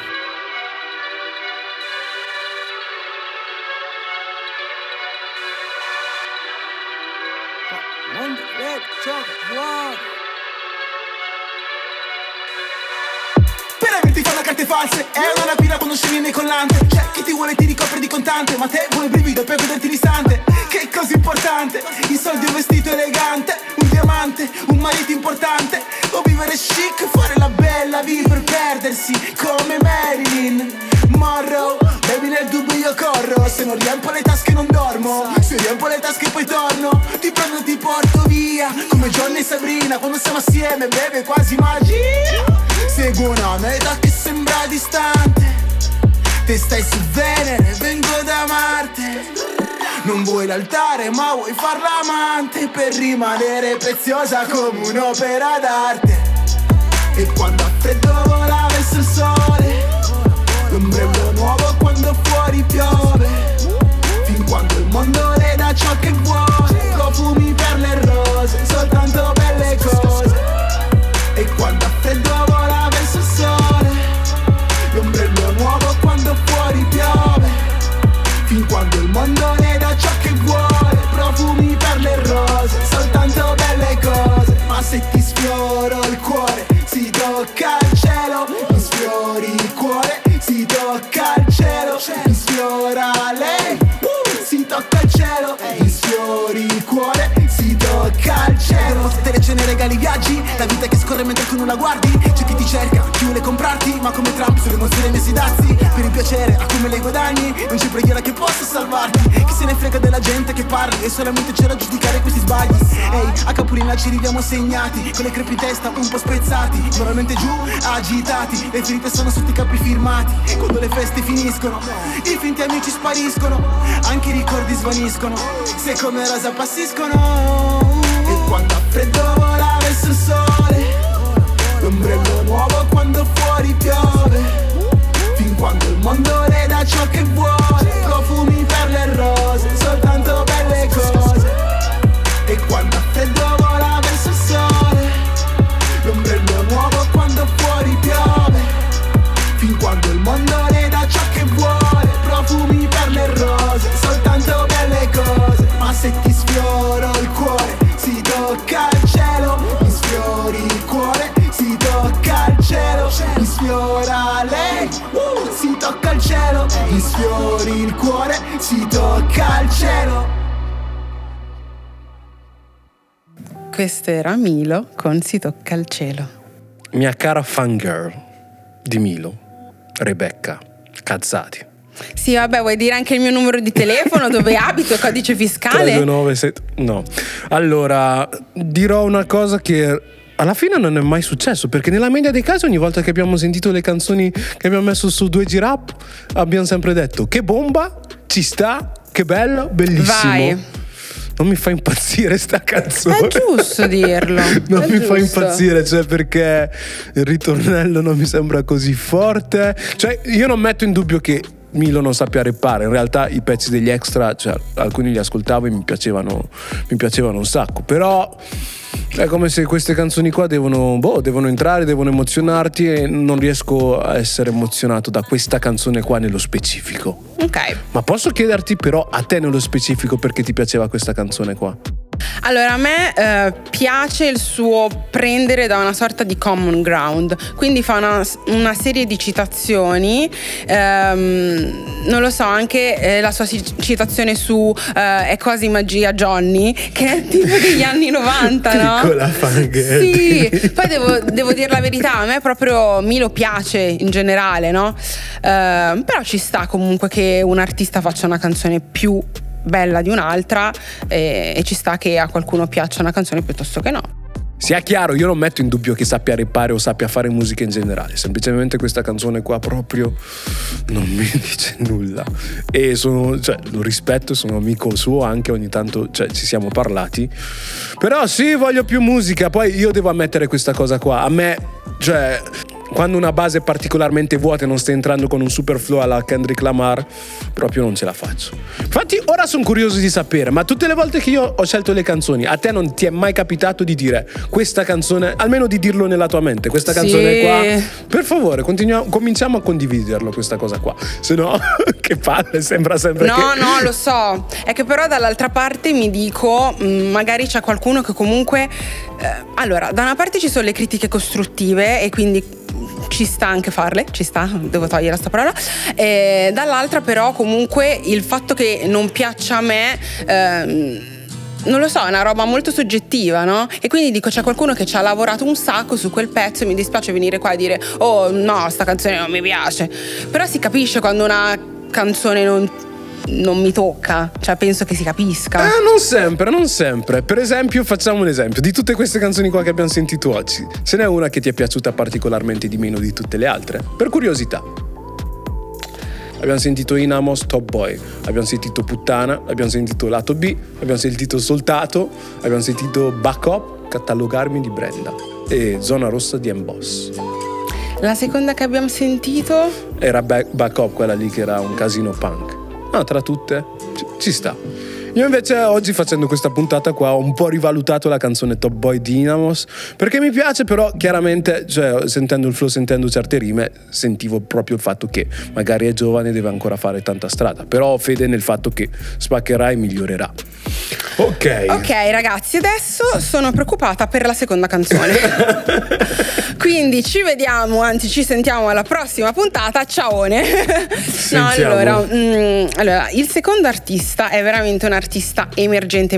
S13: False, è una rapina quando scegli nei collante. C'è chi ti vuole ti ricopre di contante, ma te vuoi brivido per goderti l'istante. Che cosa importante, i soldi, un vestito elegante, un diamante, un marito importante, o vivere chic, fare la bella vita per perdersi come Marilyn Monroe. Baby nel dubbio io corro, se non riempo le tasche non dormo, se riempo le tasche poi torno, ti prendo e ti porto via, come Johnny e Sabrina quando siamo assieme, beve quasi magia. Seguo una meta che sembra distante, te stai su Venere, vengo da Marte. Non vuoi l'altare ma vuoi far l'amante, per rimanere preziosa come un'opera d'arte. E quando ha freddo vola verso il sole, l'ombrello nuovo quando fuori piove, fin quando il mondo le dà ciò che vuole, profumi per le rose, soltanto belle cose. E quando ha freddo vola verso il sole, l'ombrello nuovo quando fuori piove, fin quando il mondo ne dà ciò che vuole, profumi per le rose, soltanto belle cose. Ma se ti sfioro il cuore, si tocca il cielo, mi sfiori il cuore, si tocca il cielo, mi sfiora lei, si tocca il cielo, mi sfiori il cuore, si tocca il cielo. Tutte le cene, regali, viaggi, la vita che scorre mentre tu non la guardi. C'è chi ti cerca, chi vuole comprarti, ma come Trump sulle emozioni mesi dazi. Per il piacere, a come le guadagni, non c'è preghiera che possa salvarti. Chi se ne frega della gente che parla e solamente c'è da giudicare questi sbagli. Ehi, a Capurina ci riviamo segnati, con le crepi testa un po' spezzati, moralmente giù, agitati, le ferite sono sotto i capi firmati. Quando le feste finiscono, i finti amici spariscono, anche i ricordi svaniscono, se come rosa appassiscono. E quando ha freddo vola verso il sole, l'ombrello nuovo quando fuori piove, fin quando il mondo le dà ciò che vuole, profumi per le rose, soltanto belle cose. E quando ha freddo vola verso il sole, l'ombrello nuovo quando fuori piove, fin quando il mondo le dà ciò che vuole, profumi per le rose, soltanto belle cose. Ma se ti sfioro il cuore, si tocca il cielo, mi sfiori il cuore, si tocca il cielo, mi sfiora lei, si tocca il cielo, mi sfiori il cuore, si tocca il cielo.
S2: Questo era Milo con Si tocca il cielo.
S3: Mia cara fangirl di Milo, Rebecca Cazzati.
S2: Sì, vabbè, vuoi dire anche il mio numero di telefono, dove abito, codice fiscale?
S3: 3297. No. Allora, dirò una cosa che alla fine non è mai successo, perché nella media dei casi ogni volta che abbiamo sentito le canzoni che abbiamo messo su 2G Rap abbiamo sempre detto che bomba, ci sta, che bello, bellissimo.
S2: Vai.
S3: Non mi fa impazzire sta canzone.
S2: È giusto dirlo.
S3: Non mi fa
S2: giusto.
S3: impazzire, cioè, perché il ritornello non mi sembra così forte. Cioè, io non metto in dubbio che Milo non sappia rappare. In realtà i pezzi degli extra, cioè, alcuni li ascoltavo e mi piacevano un sacco. Però è come se queste canzoni qua devono entrare, devono emozionarti, e non riesco a essere emozionato da questa canzone qua nello specifico.
S2: Ok.
S3: Ma posso chiederti però a te nello specifico perché ti piaceva questa canzone qua?
S2: Allora, a me piace il suo prendere da una sorta di common ground, quindi fa una serie di citazioni, non lo so, anche la sua citazione su È quasi magia Johnny, che è tipo degli anni 90, no?
S3: Piccola fangirl.
S2: Sì, poi devo dire la verità, a me proprio Milo piace in generale, no? Però ci sta comunque che un artista faccia una canzone più bella di un'altra, e ci sta che a qualcuno piaccia una canzone piuttosto che no.
S3: Sia chiaro, io non metto in dubbio che sappia rappare o sappia fare musica in generale, semplicemente questa canzone qua proprio non mi dice nulla, e lo rispetto, sono amico suo, anche ogni tanto, cioè, ci siamo parlati, però sì, voglio più musica. Poi io devo ammettere questa cosa qua, a me, cioè, quando una base è particolarmente vuota e non sta entrando con un super flow alla Kendrick Lamar, proprio non ce la faccio. Infatti ora sono curioso di sapere, ma tutte le volte che io ho scelto le canzoni, a te non ti è mai capitato di dire questa canzone, almeno di dirlo nella tua mente, questa canzone qua, per favore, cominciamo a condividerlo questa cosa qua, se no che palle, sembra sempre
S2: no, lo so, è che però dall'altra parte mi dico, magari c'è qualcuno che comunque allora, da una parte ci sono le critiche costruttive e quindi ci sta anche farle, ci sta, devo togliere sta parola, e dall'altra però comunque il fatto che non piaccia a me, non lo so, è una roba molto soggettiva, no? E quindi dico, c'è qualcuno che ci ha lavorato un sacco su quel pezzo e mi dispiace venire qua a dire oh no, sta canzone non mi piace, però si capisce quando una canzone non mi tocca, cioè penso che si capisca.
S3: Non sempre. Per esempio, facciamo un esempio di tutte queste canzoni qua che abbiamo sentito oggi. Ce n'è una che ti è piaciuta particolarmente di meno di tutte le altre? Per curiosità. Abbiamo sentito Inamos, Top Boy, abbiamo sentito Puttana, abbiamo sentito Lato B, abbiamo sentito Soltato, abbiamo sentito Back Up, Catalogarmi di Brenda e Zona Rossa di M-Boss.
S2: La seconda che abbiamo sentito
S3: era Back Up, quella lì che era un casino punk. No, tra tutte ci sta. Io invece oggi, facendo questa puntata qua, ho un po' rivalutato la canzone Top Boy di Inamos, perché mi piace, però chiaramente, cioè, sentendo il flow, sentendo certe rime, sentivo proprio il fatto che magari è giovane e deve ancora fare tanta strada, però ho fede nel fatto che spaccherà e migliorerà. Ok,
S2: ragazzi, adesso sono preoccupata per la seconda canzone. Quindi ci vediamo, anzi ci sentiamo alla prossima puntata. Ciaone. No, allora, il secondo artista è veramente un artista emergente.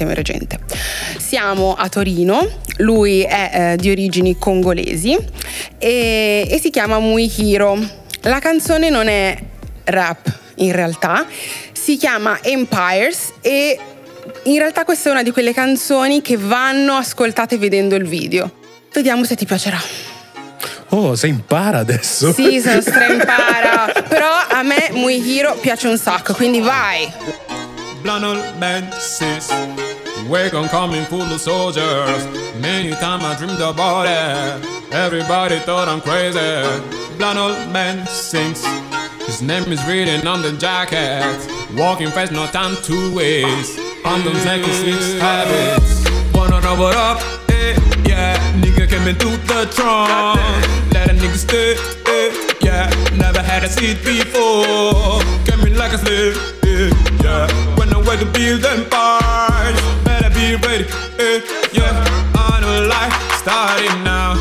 S2: Siamo a Torino, lui è di origini congolesi e si chiama Muihiro. La canzone non è rap, in realtà si chiama Empires, e in realtà questa è una di quelle canzoni che vanno ascoltate vedendo il video. Vediamo se ti piacerà.
S3: Oh, sei impara adesso?
S2: Sì, sono stra-impara. Però a me Muihiro piace un sacco, quindi vai.
S14: Blind old man says, wagon coming full of soldiers. Many times I dreamed about it. Everybody thought I'm crazy. Blind old man sings. His name is written on the jacket. Walking fast, no time to waste. On those naked six habits. Wanna rub it up, yeah. Nigga came into the trunk. Let a nigga stay, yeah. Never had a seat before. Came in like a slave, yeah. When I wake to build empires, better be ready, yeah. I know life starting now,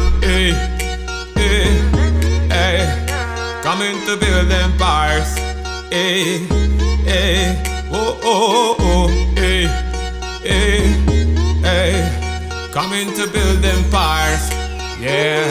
S14: coming to build empires, oh, oh, oh, going to build empires. Yeah,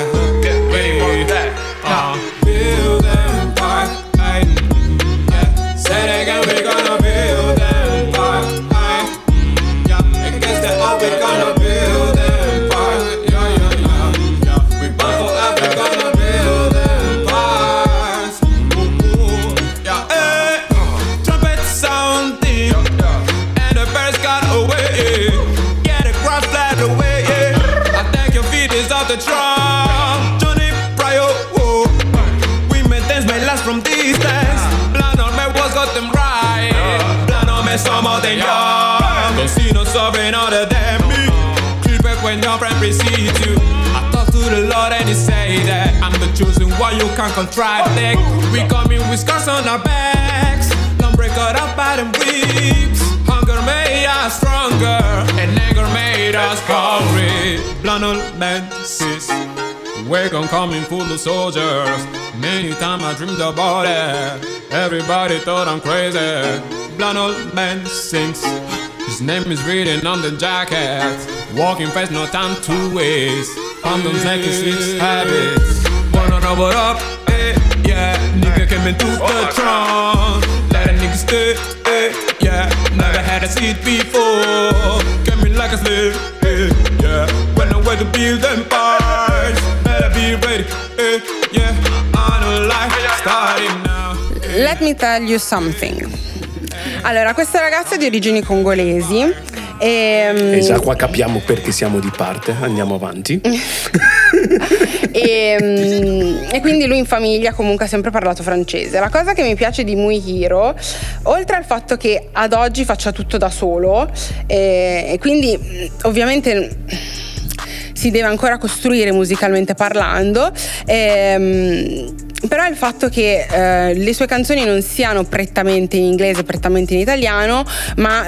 S14: build empires. Yeah, say it again, we're gonna build empires. Yeah, against the odds, we're gonna build empires. Yeah. We born forever, we're gonna build empires. Yeah, trumpet sounding, and the birds got away. Yeah, the crowd fled away. I think your feet is off the drum. Johnny Pryor, whoa. We maintain my last from distance. Plan on my walls, got them right. Plan on me some more than young. Don't see no sovereign other than me. Creep back when your friend precedes you. I talk to the Lord and he say that I'm the chosen one, you can't contradict. We coming with scars on our backs. Don't break it up by them weeks. Hunger made us stronger, and anger made us hungry. Blind old man says, wake on coming full of soldiers. Many times I dreamed about it. Everybody thought I'm crazy. Blind old man sings. His name is written on the jacket. Walking fast, no time to waste. Condoms, naked, 6 habits. Wanna rub it up, yeah. Nigga came into the trunk. Let a nigga stay, yeah. Never had a seat before. Came in like a slave, yeah. When I went to build empires, better be ready, yeah. I know life starting now.
S2: Let me tell you something. Allora, questa ragazza è di origini congolesi
S3: e già qua capiamo perché siamo di parte. Andiamo avanti.
S2: e quindi lui in famiglia comunque ha sempre parlato francese. La cosa che mi piace di Muihiro, oltre al fatto che ad oggi faccia tutto da solo, e quindi ovviamente si deve ancora costruire musicalmente parlando, però il fatto che le sue canzoni non siano prettamente in inglese, prettamente in italiano, ma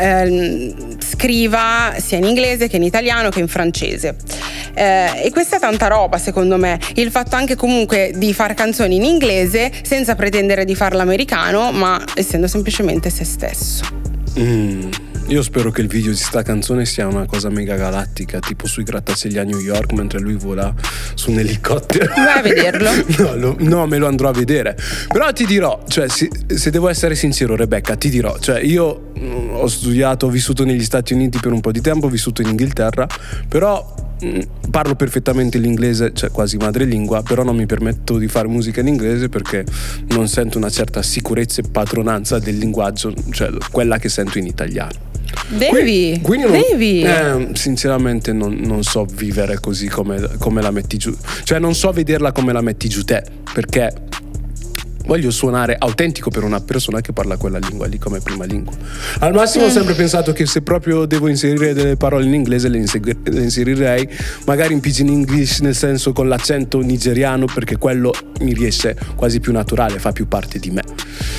S2: scriva sia in inglese che in italiano che in francese, e questa è tanta roba secondo me. Il fatto anche comunque di fare canzoni in inglese senza pretendere di farlo americano, ma essendo semplicemente se stesso.
S3: Io spero che il video di sta canzone sia una cosa mega galattica, tipo sui grattacieli a New York mentre lui vola su un elicottero.
S2: Vai a vederlo?
S3: No, me lo andrò a vedere. Però ti dirò, cioè se devo essere sincero, Rebecca, ti dirò, cioè io ho studiato, ho vissuto negli Stati Uniti per un po' di tempo, ho vissuto in Inghilterra, però parlo perfettamente l'inglese, cioè quasi madrelingua, però non mi permetto di fare musica in inglese perché non sento una certa sicurezza e padronanza del linguaggio, cioè quella che sento in italiano.
S2: Devi.
S3: Sinceramente non so vivere così come la metti giù, cioè non so vederla come la metti giù te, perché voglio suonare autentico per una persona che parla quella lingua lì come prima lingua. Al massimo ho sempre pensato che se proprio devo inserire delle parole in inglese le inserirei magari in pidgin English, nel senso con l'accento nigeriano, perché quello mi riesce quasi più naturale, fa più parte di me.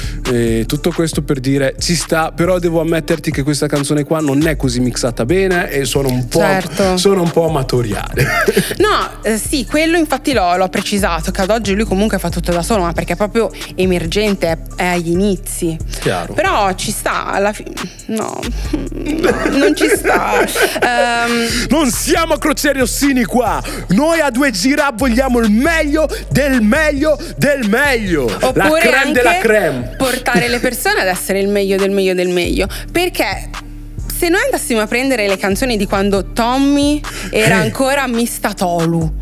S3: E tutto questo per dire ci sta, però devo ammetterti che questa canzone qua non è così mixata bene e sono un po' amatoriale.
S2: No, sì, quello infatti l'ho precisato, che ad oggi lui comunque fa tutto da solo, ma perché è proprio emergente, è agli inizi.
S3: Chiaro.
S2: Però ci sta alla fine. No, non ci sta.
S3: Non siamo crocieri Rossini qua. Noi a 2G vogliamo il meglio del meglio del meglio.
S2: Oppure
S3: la crème
S2: anche
S3: della crème.
S2: Portare le persone ad essere il meglio del meglio del meglio. Perché se noi andassimo a prendere le canzoni di quando Tommy era ancora Mistatolu,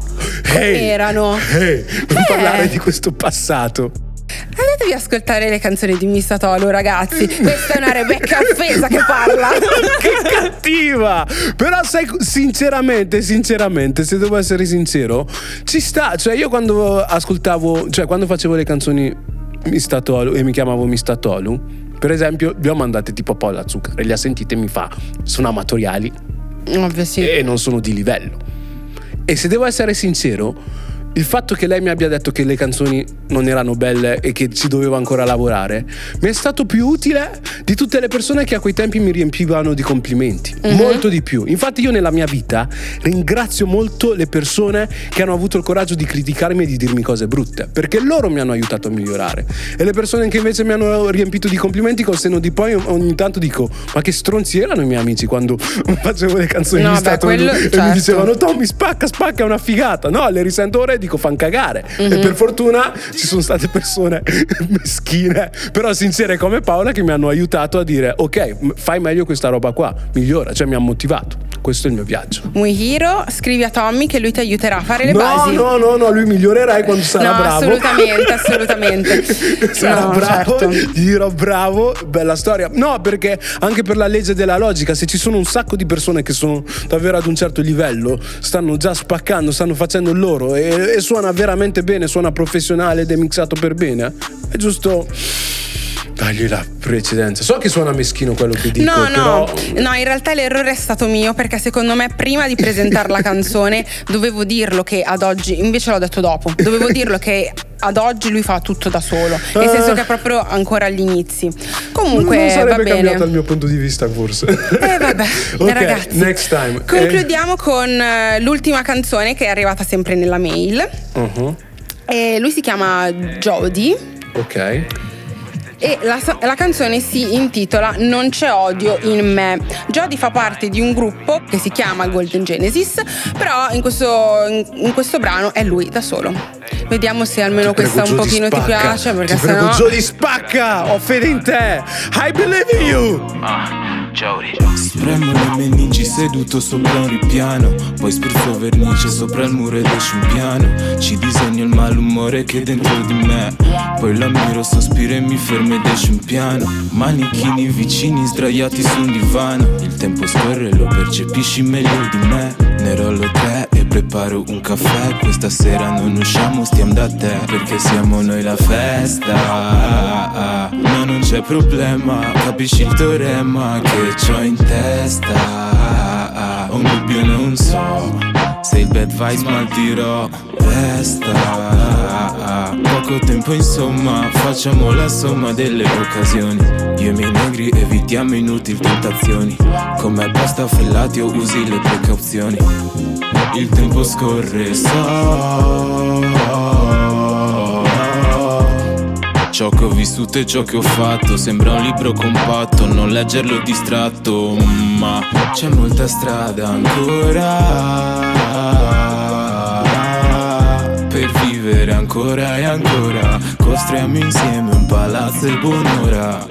S2: erano
S3: non parlare di questo passato.
S2: Andatevi ad ascoltare le canzoni di Mistatolu, ragazzi. Questa è una Rebecca offesa che parla.
S3: Che cattiva. Però sai, sinceramente, se devo essere sincero, ci sta. Cioè io quando ascoltavo, cioè quando facevo le canzoni Mistatolu e mi chiamavo Mistatolu, per esempio, li ho mandate tipo a Paola Zucca e li ha sentite e mi fa: sono amatoriali.
S2: Ovvio, sì.
S3: E non sono di livello. E se devo essere sincero, il fatto che lei mi abbia detto che le canzoni non erano belle e che ci dovevo ancora lavorare mi è stato più utile di tutte le persone che a quei tempi mi riempivano di complimenti, molto di più. Infatti io nella mia vita ringrazio molto le persone che hanno avuto il coraggio di criticarmi e di dirmi cose brutte, perché loro mi hanno aiutato a migliorare, e le persone che invece mi hanno riempito di complimenti col senno di poi ogni tanto dico: ma che stronzi erano i miei amici quando facevo le canzoni di Stato e mi dicevano Tommy spacca, è una figata. No, le risento ora e dico fan cagare. E per fortuna ci sono state persone meschine però sincere come Paola che mi hanno aiutato a dire ok, fai meglio questa roba qua, migliora, cioè mi ha motivato. Questo è il mio viaggio.
S2: Muihiro, scrivi a Tommy che lui ti aiuterà a fare le basi.
S3: No, lui migliorerai quando sarà bravo.
S2: Assolutamente.
S3: Sarà bravo, certo. Gli dirò bravo, bella storia. No, perché anche per la legge della logica, se ci sono un sacco di persone che sono davvero ad un certo livello, stanno già spaccando, stanno facendo il loro e suona veramente bene, suona professionale ed è mixato per bene, è giusto dagli la precedenza. So che suona meschino quello che dico,
S2: no, in realtà l'errore è stato mio, perché secondo me prima di presentare la canzone dovevo dirlo che ad oggi, invece l'ho detto dopo, dovevo dirlo che ad oggi lui fa tutto da solo, nel senso che è proprio ancora agli inizi. Comunque
S3: non sarebbe
S2: va bene,
S3: cambiato il mio punto di vista forse.
S2: Vabbè,
S3: okay,
S2: ragazzi,
S3: next time.
S2: Concludiamo con l'ultima canzone che è arrivata sempre nella mail. E lui si chiama Jody.
S3: Ok.
S2: E la canzone si intitola Non c'è odio in me. Jody fa parte di un gruppo che si chiama Golden Genesis, però in questo brano è lui da solo. Vediamo se almeno questa un pochino ti piace, perché
S3: ti prego, Jody spacca, ho fede in te, I believe in you.
S15: Jody. Spremo le meningi seduto sopra un ripiano, poi spruzzo vernice sopra il muro ed esce un piano. Ci disegno il malumore che è dentro di me, poi la miro, sospiro e mi fermo ed esce un piano. Manichini vicini sdraiati su un divano, il tempo scorre, lo percepisci meglio di me. Ne rollo 3 e preparo un caffè, questa sera non usciamo, stiamo da te, perché siamo noi la festa. No, non c'è problema, capisci il teorema che c'ho in testa. Un dubbio non so, se il bad vibe smaltirò resta. Poco tempo insomma, facciamo la somma delle occasioni. Io e i miei negri evitiamo inutili tentazioni, come basta fellati o usi le precauzioni. Il tempo scorre, so ciò che ho vissuto e ciò che ho fatto sembra un libro compatto, non leggerlo distratto, ma c'è molta strada ancora per vivere ancora e ancora. Costruiamo insieme un palazzo e buon'ora.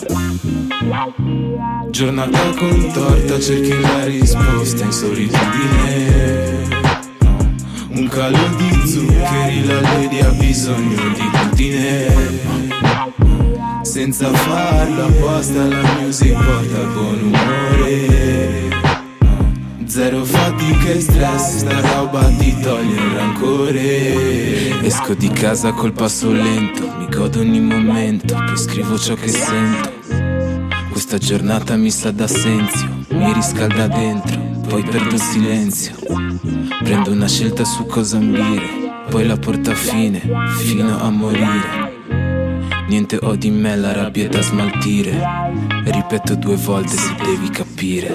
S15: Giornata contorta, cerchi la risposta in solitudine. Un calo di zuccheri, la lady ha bisogno di puntine. Senza farlo apposta la music porta buon umore. Zero fatica e stress, sta roba ti toglie il rancore. Esco di casa col passo lento, mi godo ogni momento, poi scrivo ciò che sento. Questa giornata mi sa d'assenzio, mi riscalda dentro, poi perdo il silenzio. Prendo una scelta su cosa ambire, poi la porto a fine, fino a morire. Niente ho di me, la rabbia è da smaltire. Ripeto 2 volte se devi capire.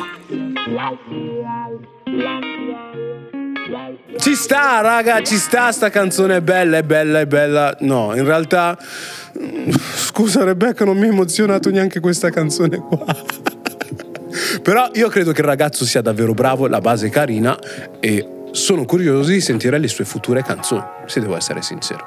S3: Ci sta, raga, ci sta, sta canzone è bella, è bella, è bella. No, in realtà, scusa Rebecca, non mi ha emozionato neanche questa canzone qua. Però io credo che il ragazzo sia davvero bravo, la base è carina e sono curioso di sentire le sue future canzoni, se devo essere sincero.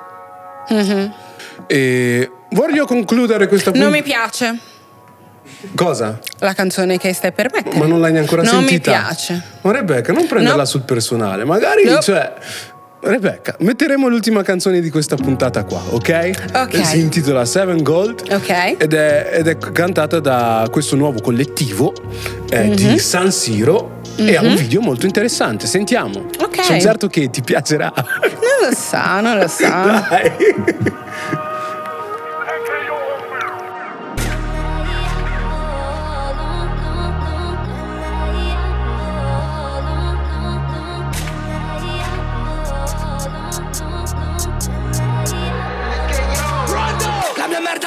S3: E voglio concludere questa puntata.
S2: Non mi piace.
S3: Cosa?
S2: La canzone che stai per mettere.
S3: Ma non l'hai ancora sentita?
S2: Non mi piace.
S3: Ma Rebecca, non prenderla sul personale. Magari, cioè, Rebecca, metteremo l'ultima canzone di questa puntata qua, ok?
S2: Ok.
S3: Si intitola Seven Gold.
S2: Ok.
S3: Ed è cantata da questo nuovo collettivo di San Siro. E ha un video molto interessante. Sentiamo.
S2: Ok.
S3: Sono certo che ti piacerà.
S2: Non lo so.
S3: Dai.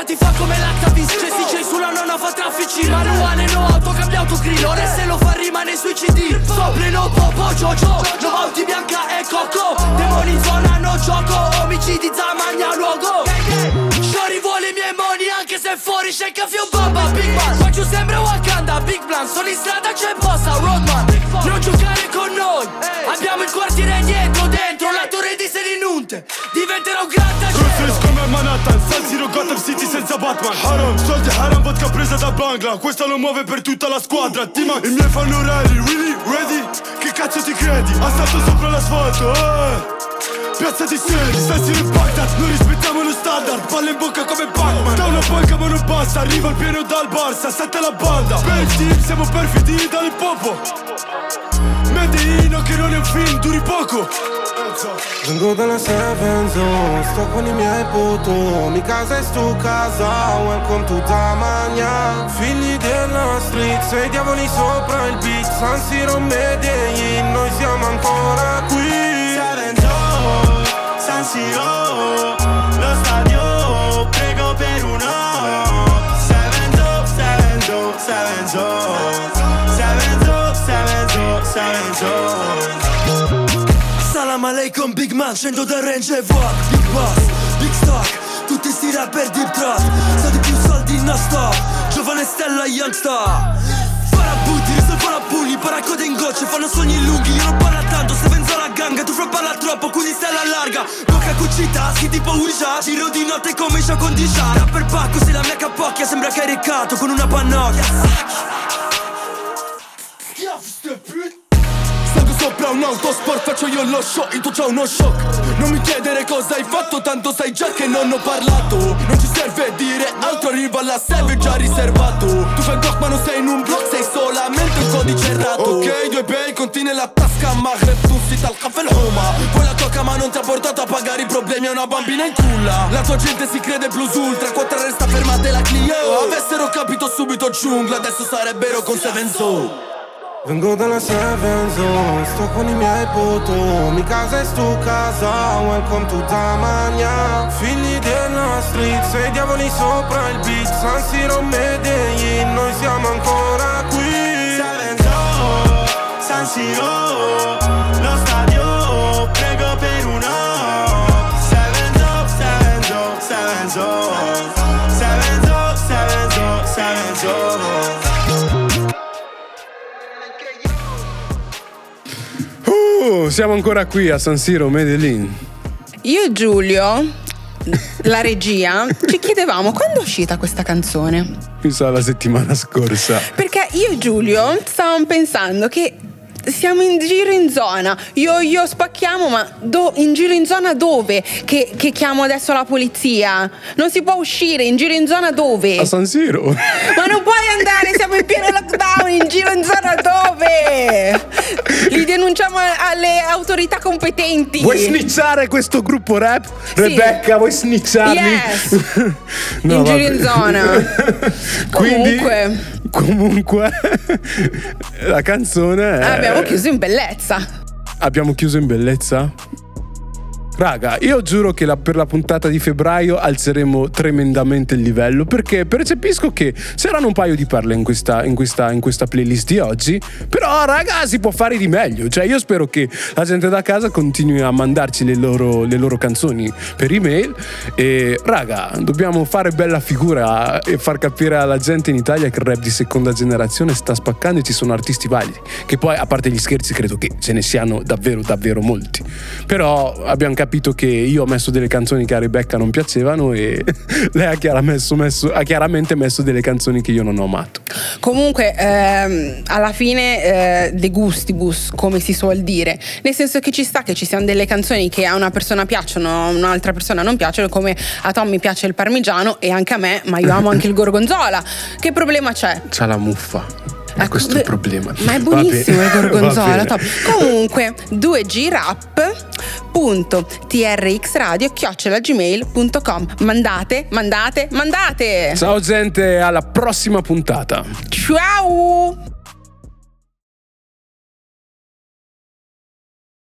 S16: ti fa come l'Actavis. Jesse J sulla nonna fa traffici. Manuale no auto, cambia autogrill. Ora se lo fa rimane sui CD. Sopreno Popo Jojo, no auti bianca e Coco. Demoni in zona no gioco, omicidi zamagna luogo. Shori vuole i miei money anche se fuori c'è caffè un bamba. Big man, qua giù sembra Wakanda. Big plan, sono in strada c'è bossa, roadman. Non giocare con noi, abbiamo il quartiere dietro, dentro la torre di Selinunte. Diventerò un grattacielo.
S17: Preferisco come Manhattan, San Siro, Gotham City senza Batman. Haram, soldi haram, vodka presa da Bangla. Questa lo muove per tutta la squadra. Tima, i miei fanno rally, really, ready? Che cazzo ti credi? Assalto sopra l'asfalto, piazza di sedi, San Siro in Baghdad. Non rispettiamo lo standard, palla in bocca come Batman. Da una banca ma non basta, arriva il pieno dal Barça. Sette la banda, per il team siamo perfidi dall'impopo. Medellino che non è un film, duri poco.
S18: Vengo dalla Seven Zone, sto con i miei poto. Mi casa è stu casa, welcome to Tamagna. Figli della street, sei diavoli sopra il beat. San Siro, Medellin, noi siamo ancora qui.
S19: Seven Zone, San Siro, lo stadio, prego per uno. Seven Zone, Seven Zone, Seven Zone, Seven Zone, Seven Zone, Seven Zone.
S16: Salam aleikum Big Man, scendo da range e walk. Big boss, big stock, tutti sti rapper deep trap. Sa di più soldi in stop, giovane stella youngstar. Farabutti, risolvo la pugni, paracode in gocce, fanno sogni lunghi. Io non parlo tanto, se venzo la ganga, tu parla troppo, quindi stella larga. Bocca cucita, si tipo Ouija, giro di notte come Isha con Disha. Rapper pacco, sei la mia capocchia, sembra che hai recato con una pannocchia.
S17: Salgo sopra un autosport, faccio io lo show, e tu c'hai uno shock. Non mi chiedere cosa hai fatto, tanto sai già che non ho parlato. Non ci serve dire altro, arriva alla serve già riservato. Tu fai doc ma non sei in un block, sei solamente un codice errato. Ok, due bei, contiene la tasca, maghreb, tu si talca fel homa. Poi la coca ma non ti ha portato a pagare i problemi a una bambina in culla. La tua gente si crede plus ultra, quattro resta fermate la Clio. Avessero capito subito giungla, adesso sarebbero con Seven Zone.
S18: Vengo dalla Seven Zone, sto con i miei poto. Mi casa è stu casa, welcome to Tamagna. Figli della street, sei diavoli sopra il beat. San Siro, Medellin, noi siamo ancora qui.
S19: Seven Zone, San Siro, lo stadio, prego per uno. Seven Zone, Seven Zone, Seven Zone, Seven Zone, Seven Zone, Seven Zone.
S3: Siamo ancora qui a San Siro, Medellin.
S2: Io e Giulio, la regia, ci chiedevamo quando è uscita questa canzone.
S3: Mi sa la settimana scorsa.
S2: Perché io e Giulio stavamo pensando che siamo in giro in zona. Io spacchiamo, ma in giro in zona dove? Che chiamo adesso la polizia? Non si può uscire in giro in zona dove?
S3: A San Siro.
S2: Ma non puoi andare, siamo in pieno lockdown. In giro in zona dove? Li denunciamo alle autorità competenti.
S3: Vuoi snitchare questo gruppo rap? Sì. Rebecca, vuoi snitcharli?
S2: Yes. No, in giro in zona.
S3: Comunque la canzone è...
S2: Abbiamo chiuso in bellezza.
S3: Abbiamo chiuso in bellezza? Raga, io giuro che per la puntata di febbraio alzeremo tremendamente il livello, perché percepisco che c'erano un paio di perle in questa playlist di oggi. Però raga, si può fare di meglio. Cioè io spero che la gente da casa continui a mandarci le loro canzoni per email. E raga, dobbiamo fare bella figura e far capire alla gente in Italia che il rap di seconda generazione sta spaccando e ci sono artisti validi. Che poi, a parte gli scherzi, credo che ce ne siano davvero davvero molti. Però abbiamo capito che io ho messo delle canzoni che a Rebecca non piacevano e lei ha chiaramente messo delle canzoni che io non ho amato.
S2: Comunque alla fine de gustibus, come si suol dire, nel senso che ci sta che ci siano delle canzoni che a una persona piacciono, a un'altra persona non piacciono, come a Tommy piace il parmigiano e anche a me, ma io amo anche il gorgonzola. Che problema c'è?
S3: C'ha la muffa. Questo è il problema.
S2: Ma è buonissimo il gorgonzola. Comunque 2grap.trxradio@gmail.com. Mandate.
S3: Ciao gente, alla prossima puntata.
S2: Ciao.